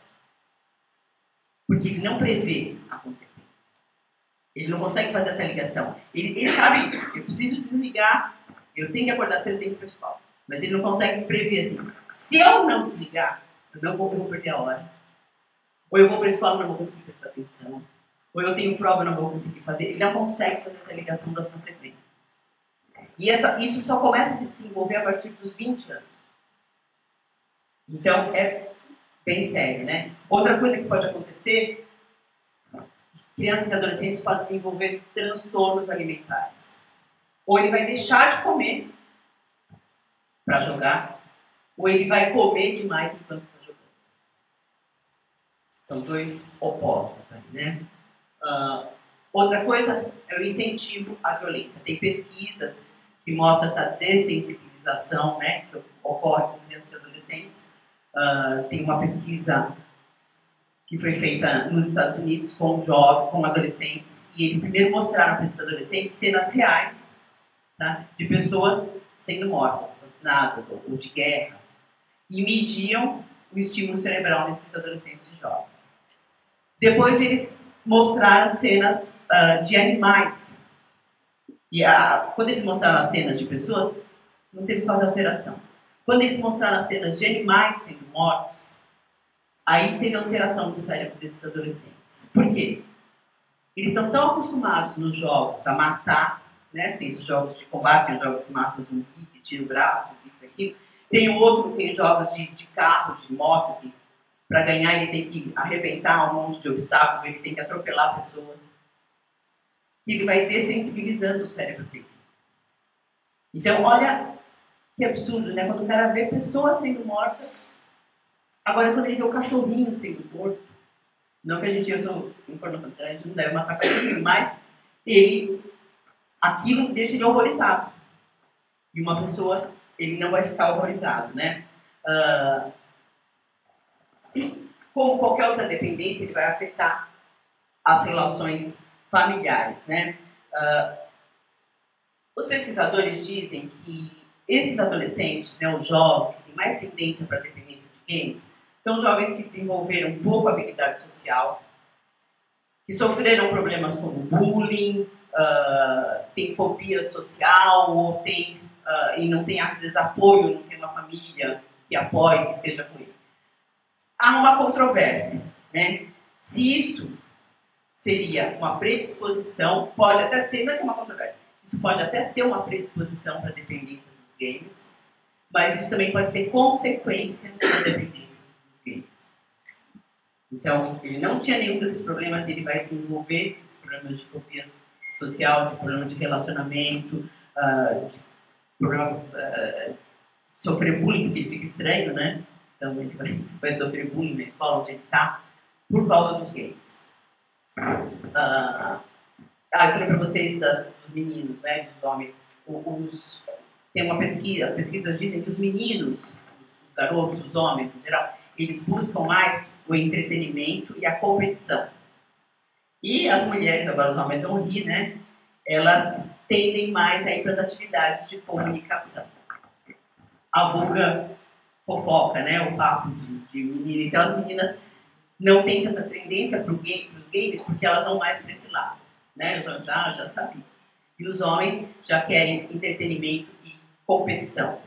Porque ele não prevê a consequência. Ele não consegue fazer essa ligação. Ele sabe isso. Eu preciso desligar, eu tenho que acordar cedo, eu tenho que ir para a escola. Mas ele não consegue prever assim. Se eu não desligar, eu vou perder a hora. Ou eu vou para a escola e não vou conseguir prestar atenção. Ou eu tenho prova e não vou conseguir fazer. Ele não consegue fazer essa ligação das consequências. E isso só começa a se desenvolver a partir dos 20 anos. Então, é bem sério, né? Outra coisa que pode acontecer, crianças e adolescentes podem desenvolver transtornos alimentares. Ou ele vai deixar de comer para jogar, ou ele vai comer demais enquanto está jogando. São dois opostos aí, né? Outra coisa é o incentivo à violência. Tem pesquisas que mostram essa dessensibilização, né, que ocorre com crianças e adolescentes. Tem uma pesquisa que foi feita nos Estados Unidos com jovens, com adolescentes, e eles primeiro mostraram para esses adolescentes cenas reais, tá, de pessoas sendo mortas, assassinadas ou de guerra, e mediam o estímulo cerebral nesses adolescentes e jovens. Depois eles mostraram cenas de animais. E quando eles mostraram as cenas de pessoas, não teve quase alteração. Quando eles mostraram as cenas de animais sendo mortos, aí teve alteração do cérebro desses adolescentes. Por quê? Eles estão tão acostumados nos jogos a matar, né? Tem esses jogos de combate, tem os jogos que matam zumbi, que tira o braço, isso, aquilo. Tem outro, tem jogos de carro, de moto, que para ganhar ele tem que arrebentar um monte de obstáculos, ele tem que atropelar pessoas. Que ele vai dessensibilizando o cérebro dele. Então, olha que absurdo, né? Quando o cara vê pessoas sendo mortas, agora quando ele vê o cachorrinho sendo morto, não que a gente usa informação, a gente não deve matar cachorrinho, mas aquilo deixa ele horrorizado. E uma pessoa, ele não vai ficar horrorizado, né? E como qualquer outra dependência, ele vai afetar as relações familiares, né? Os pesquisadores dizem que esses adolescentes, né, os jovens que têm mais tendência para dependência de games, são jovens que desenvolveram pouca habilidade social, que sofreram problemas como bullying, tem fobia social, ou e não tem, às vezes, apoio, não tem uma família que apoie, que esteja com ele. Há uma controvérsia, né? Se isso seria uma predisposição, pode até ser, não é que é uma controvérsia, isso pode até ser uma predisposição para a dependência dos games, mas isso também pode ser consequência da dependência dos games. Então, ele não tinha nenhum desses problemas, ele vai desenvolver esses problemas de fobia social, de problema de relacionamento, de problema de sofrer bullying, porque ele fica estranho, né? Então, ele vai sofrer bullying na escola onde ele está, por causa dos games. Eu falei para vocês dos meninos, né, dos homens. Tem uma pesquisa, as pesquisas dizem que os meninos, os garotos, os homens em geral, eles buscam mais o entretenimento e a competição. E as mulheres, agora os homens vão rir, né? Elas tendem mais a ir para as atividades de comunicação. A vulga fofoca, né? O papo de menina. Então as meninas não têm tanta tendência para os games porque elas vão mais para esse lado. Né? Eu já sabia. E os homens já querem entretenimento e competição.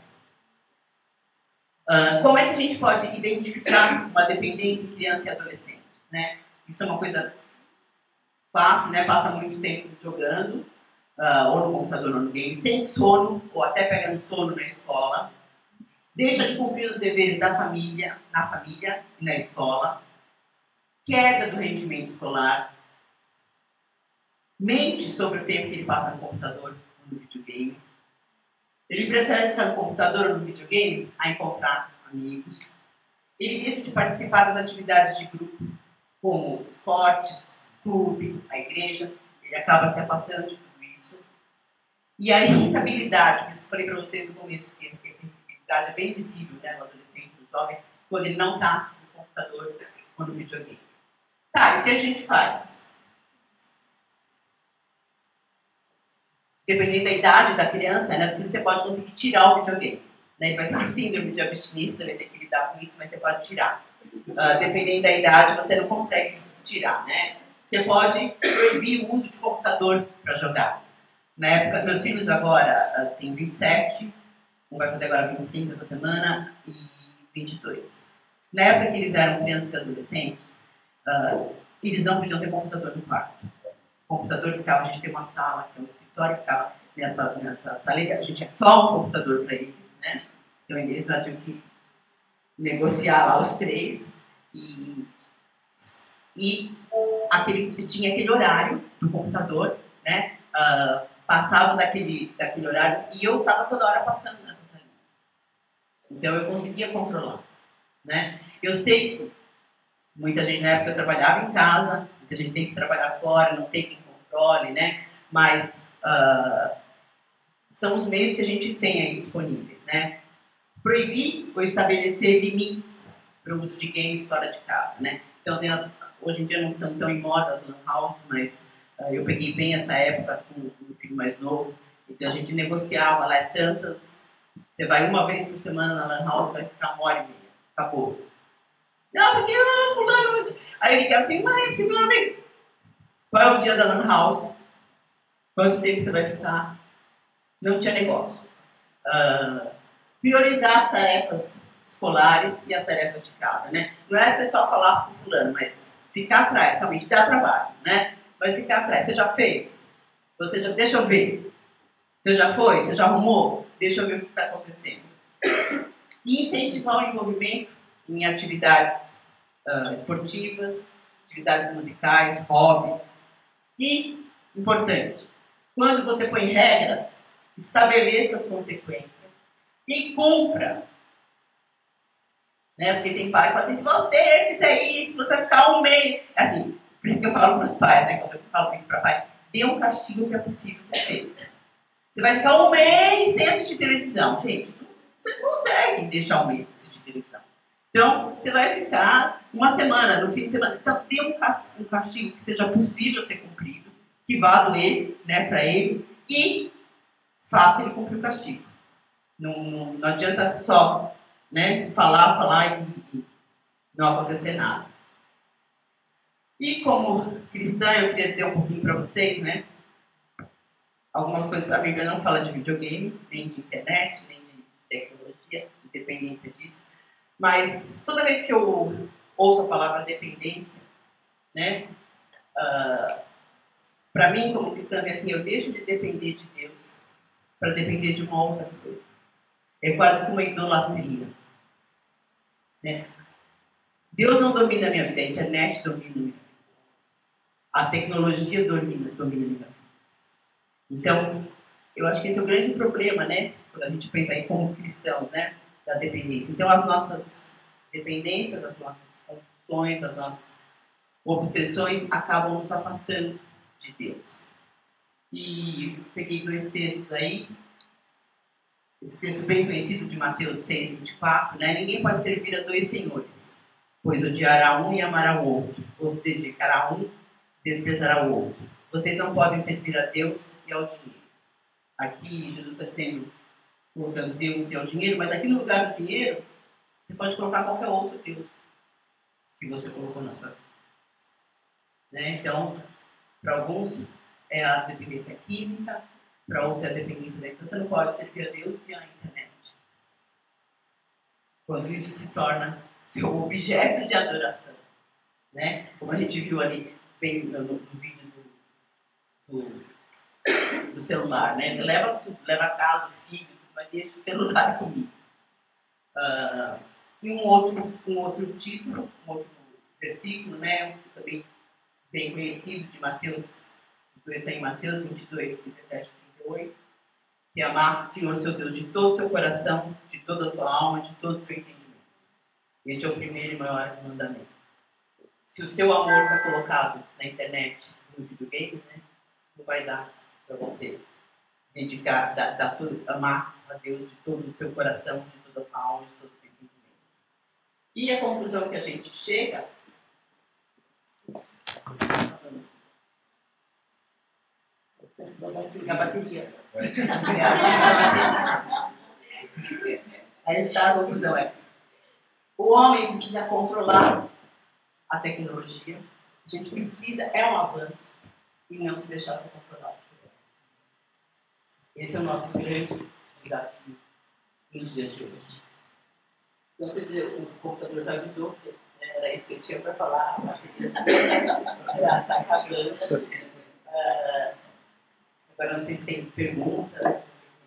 Como é que a gente pode identificar uma dependência em criança e adolescente? Né? Isso é uma coisa fácil, né? Passa muito tempo jogando, ou no computador ou no game, tem sono, ou até pegando sono na escola, deixa de cumprir os deveres da família, na família e na escola, queda do rendimento escolar, mente sobre o tempo que ele passa no computador ou no videogame. Ele prefere ficar no computador ou no videogame a encontrar amigos. Ele deixa de participar das atividades de grupo, como esportes, clube, a igreja. Ele acaba se afastando de tudo isso. E a irritabilidade, que eu falei para vocês no começo, que essa irritabilidade é bem visível, né, no adolescente, no jovem, quando ele não está no computador ou no videogame. Tá, e o que a gente faz? Dependendo da idade da criança, né, porque você pode conseguir tirar o videogame. Né, ele vai estar síndrome de abstinência, vai ter que lidar com isso, mas você pode tirar. Dependendo da idade, você não consegue tirar. Né? Você pode proibir o uso de computador para jogar. Na época, meus filhos agora têm 27, um vai fazer agora 25 essa semana e 22. Na época que eles eram crianças e adolescentes, eles não podiam ter computador no quarto. O computador ficava, a gente tem uma sala, que é um escritório, ficava nessa saleta, a gente tinha só um computador para eles, né? Então eles já tinham que negociar lá os três e tinha aquele horário do computador, né? Passava daquele horário e eu estava toda hora passando nessa salinha. Então eu conseguia controlar, né? Eu sei que muita gente na época trabalhava em casa, muita gente tem que trabalhar fora, não tem quem controle, né? Mas são os meios que a gente tem aí disponíveis, né? Proibir ou estabelecer limites para o uso de games fora de casa, né? Então, hoje em dia não estão tão em moda as lan house, mas eu peguei bem essa época com o filho mais novo, então a gente negociava lá tantas, você vai uma vez por semana na lan house, vai ficar 1h30, acabou. Não, porque fulano... Aí ele quer assim, mas que meu amigo, qual é o dia da lan house? Quanto tempo você vai ficar? Não tinha negócio. Priorizar as tarefas escolares e as tarefas de casa, né? Não é você só falar para o fulano, mas ficar atrás, realmente dá trabalho, né? Mas ficar atrás. Você já fez? Você já, deixa eu ver. Você já foi? Você já arrumou? Deixa eu ver o que está acontecendo. E incentivar o envolvimento em atividades esportivas, atividades musicais, hobbies. E, importante, quando você põe regras, estabeleça as consequências e cumpra. Né? Porque tem pai que fala assim, se você fizer isso, você vai ficar um mês. Assim, por isso que eu falo para os pais, né? Quando eu falo isso para pai, dê um castigo que é possível ser feito. Você vai ficar um mês sem assistir televisão. Gente, você não consegue deixar um mês sem assistir televisão. Então, você vai ficar uma semana, no fim de semana. Então, dê um castigo que seja possível ser cumprido, que vá doer, né, para ele, e faça ele cumprir o castigo. Não adianta só, né, falar e não acontecer nada. E como cristã, eu queria dizer um pouquinho para vocês, né? Algumas coisas, a Bíblia não fala de videogame, nem de internet, nem de tecnologia, de dependência disso. Mas toda vez que eu ouço a palavra dependência, né? Para mim, como cristã, é assim, eu deixo de depender de Deus para depender de uma outra coisa. É quase como uma idolatria. Né? Deus não domina a minha vida, a internet domina a minha vida. A tecnologia domina a minha vida. Então, eu acho que esse é o grande problema, né? Quando a gente pensa em como cristãos, né? Da dependência. Então, as nossas dependências, as nossas compulsões, as nossas obsessões acabam nos afastando de Deus. E peguei 2 textos aí. Esse texto bem conhecido de Mateus 6:24, né? Ninguém pode servir a 2 senhores, pois odiará um e amará o outro, ou se dedicará a um, desprezará o outro. Vocês não podem servir a Deus e ao dinheiro. Aqui Jesus está sendo colocando Deus e ao dinheiro, mas aqui no lugar do dinheiro, você pode colocar qualquer outro Deus que você colocou na sua vida. Né? Então, para alguns é a dependência química, para outros é a dependência da internet. Você não pode servir a Deus e a internet. Quando isso se torna seu objeto de adoração. Né? Como a gente viu ali bem no vídeo do celular. Né? Leva tudo, leva a casa, o filho, mas deixa o celular comigo. E um outro título, um outro versículo, né? Também bem conhecido de Mateus, está em Mateus 22, 17 e 38, que é amar o Senhor seu Deus de todo o seu coração, de toda a sua alma, de todo o seu entendimento. Este é o primeiro e maior mandamento. Se o seu amor está colocado na internet, no videogame, né, não vai dar para você dedicar, dar tudo, amar a Deus de todo o seu coração, de toda a sua alma, de todo o seu entendimento. E a conclusão que a gente chega a bateria. Aí está a conclusão o homem precisa controlar a tecnologia, a gente precisa, é um avanço, e não se deixar ser controlado. Esse é o nosso grande desafio nos dias de hoje. Não sei se o computador já avisou, que era isso que eu tinha para falar, a bateria já está acabando. Agora não sei se tem pergunta.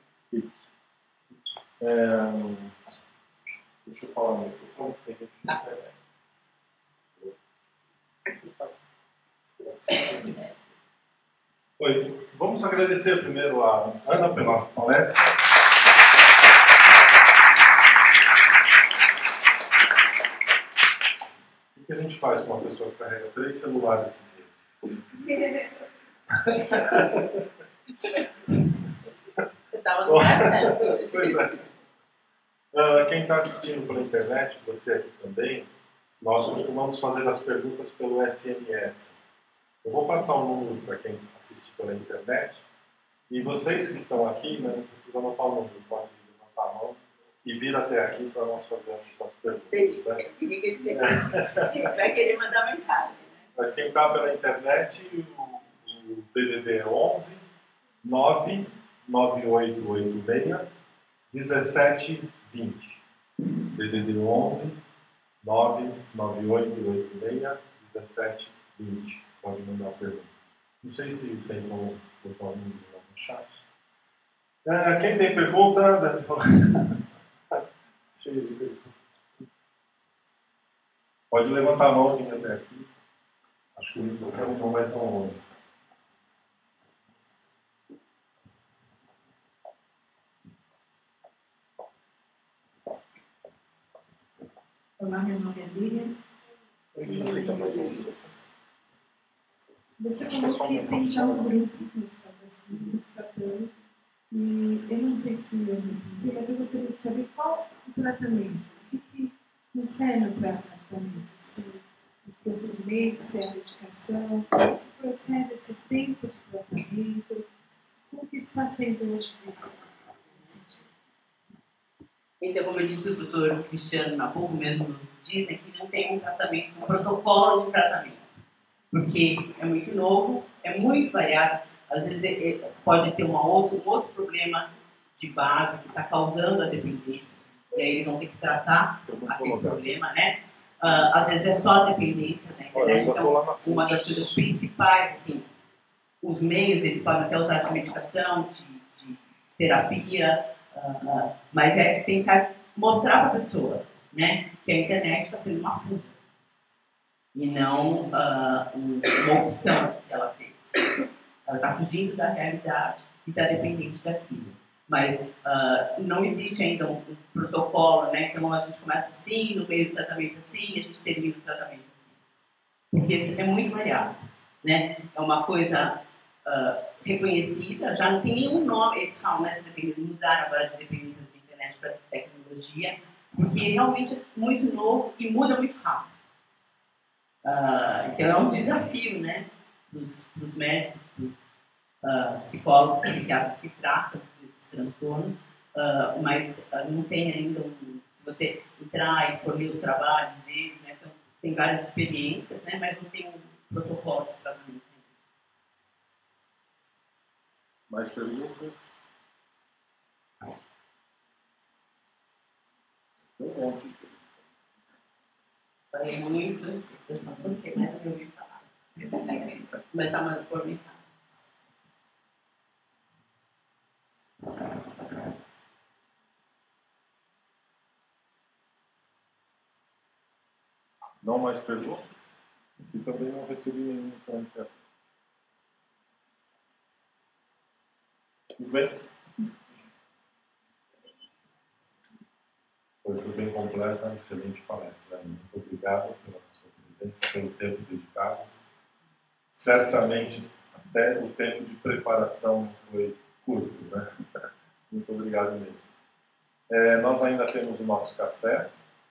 Deixa eu falar muito. Como tem gente na internet? Oi, vamos agradecer primeiro a Ana pela palestra. O que a gente faz com uma pessoa que carrega 3 celulares? Você estava no lugar certo. Pois é. Quem está assistindo pela internet, você aqui também, nós costumamos fazer as perguntas pelo SMS. Eu vou passar o número para quem assiste pela internet. E vocês que estão aqui, né, não precisam anotar o número, pode levantar a mão e vir até aqui para nós fazermos as perguntas. Né? Vai querer mandar mensagem. Né? Mas quem está pela internet, o DDD é 11 99886 1720. DDD 11 99886 1720. Pode mandar a pergunta. Não sei se tem como botar o número lá no chat. Quem tem pergunta? Deve falar. Cheio de perguntas. Pode levantar a mão quem até aqui. Acho que o microfone não é tão longe. Olá, meu nome é Lívia. Você falou que tem já um grupo nos Estados tratando, e eu não sei se eu já entendi, mas eu gostaria de saber qual o tratamento, o que concerne o tratamento, se os procedimentos, se é a medicação, como procede esse tempo de tratamento, como que está sendo hoje isso? Então, como eu disse, o doutor Cristiano Nabuco mesmo dizem que não tem um tratamento, um protocolo de tratamento, porque é muito novo, é muito variado, às vezes pode ter um outro problema de base que está causando a dependência, e aí eles vão ter que tratar aquele problema, né? Às vezes é só a dependência da internet, então uma das coisas principais, assim, os meios, eles podem até usar de medicação, de terapia, mas é tentar mostrar para a pessoa, né, que a internet está sendo uma fuga e não uma opção que ela fez. Ela está fugindo da realidade e está dependente daquilo. Mas não existe ainda um protocolo, né? Então a gente começa assim, no meio do tratamento assim, a gente termina o tratamento assim. Porque é muito variado, né? É uma coisa reconhecida, já não tem nenhum nome, eles falam, né? Mudaram agora de dependência da internet para tecnologia, porque realmente é muito novo e muda muito rápido. Então é um desafio, né? Dos médicos, dos psicólogos, psiquiatras que tratam desses transtornos, mas não tem ainda se você entrar e for ler os trabalhos deles, né? Então, tem várias experiências, né? Mas não tem um protocolo de tratamento. Mais perguntas? Falei muito, porque mais eu ouvi falar. Mas está mais por mim. Não mais perguntas? E também não recebi nenhum comentário. Tudo bem? Foi bem completa, excelente palestra. Muito obrigado pela sua presença, pelo tempo dedicado. Certamente, até o tempo de preparação foi curto, né? Muito obrigado mesmo. Nós ainda temos o nosso café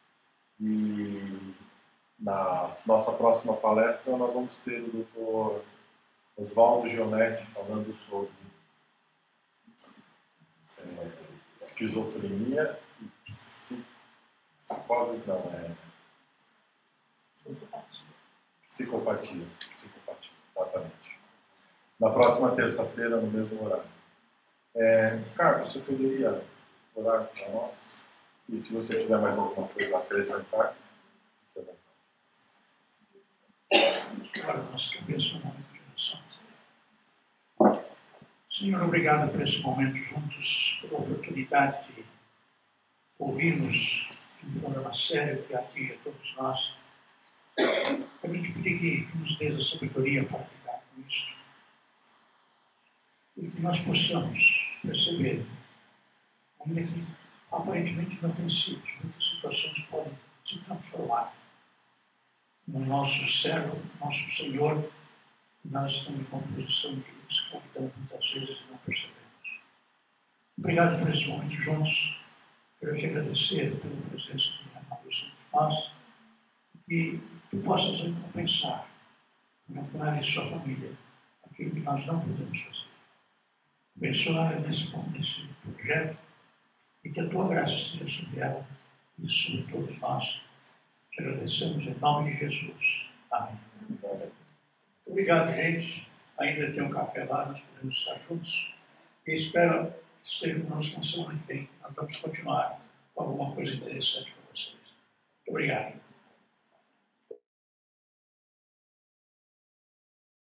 e na nossa próxima palestra nós vamos ter o Dr. Oswaldo Gionetti falando sobre esquizofrenia e psicose, psicopatia, exatamente. Na próxima terça-feira, no mesmo horário. Carlos, você poderia orar para nós? E se você tiver mais alguma coisa a acrescentar, Claro, nossa cabeça no momento de oração. Senhor, obrigado por esse momento juntos, pela oportunidade de ouvirmos um programa sério que atinge a todos nós. Eu te pedir que nos dê a sabedoria para lidar com isso. E que nós possamos perceber, ainda que aparentemente inofensivos, muitas situações podem se transformar no nosso servo, nosso Senhor, e nós estamos em uma posição de escravidão muitas vezes e não percebemos. Obrigado por esse momento juntos. Quero te agradecer pela presença do meu amado entre nós e que tu possas recompensar na Clara e sua família aquilo que nós não podemos fazer. Abençoar nesse projeto e que a tua graça seja sobre ela e sobre todos nós. Te agradecemos em nome de Jesus. Amém. Obrigado, gente. Ainda tem um café lá, nós podemos estar juntos. E espero que esteja conosco na semana que vem. Nós vamos continuar com alguma coisa interessante para vocês. Obrigado.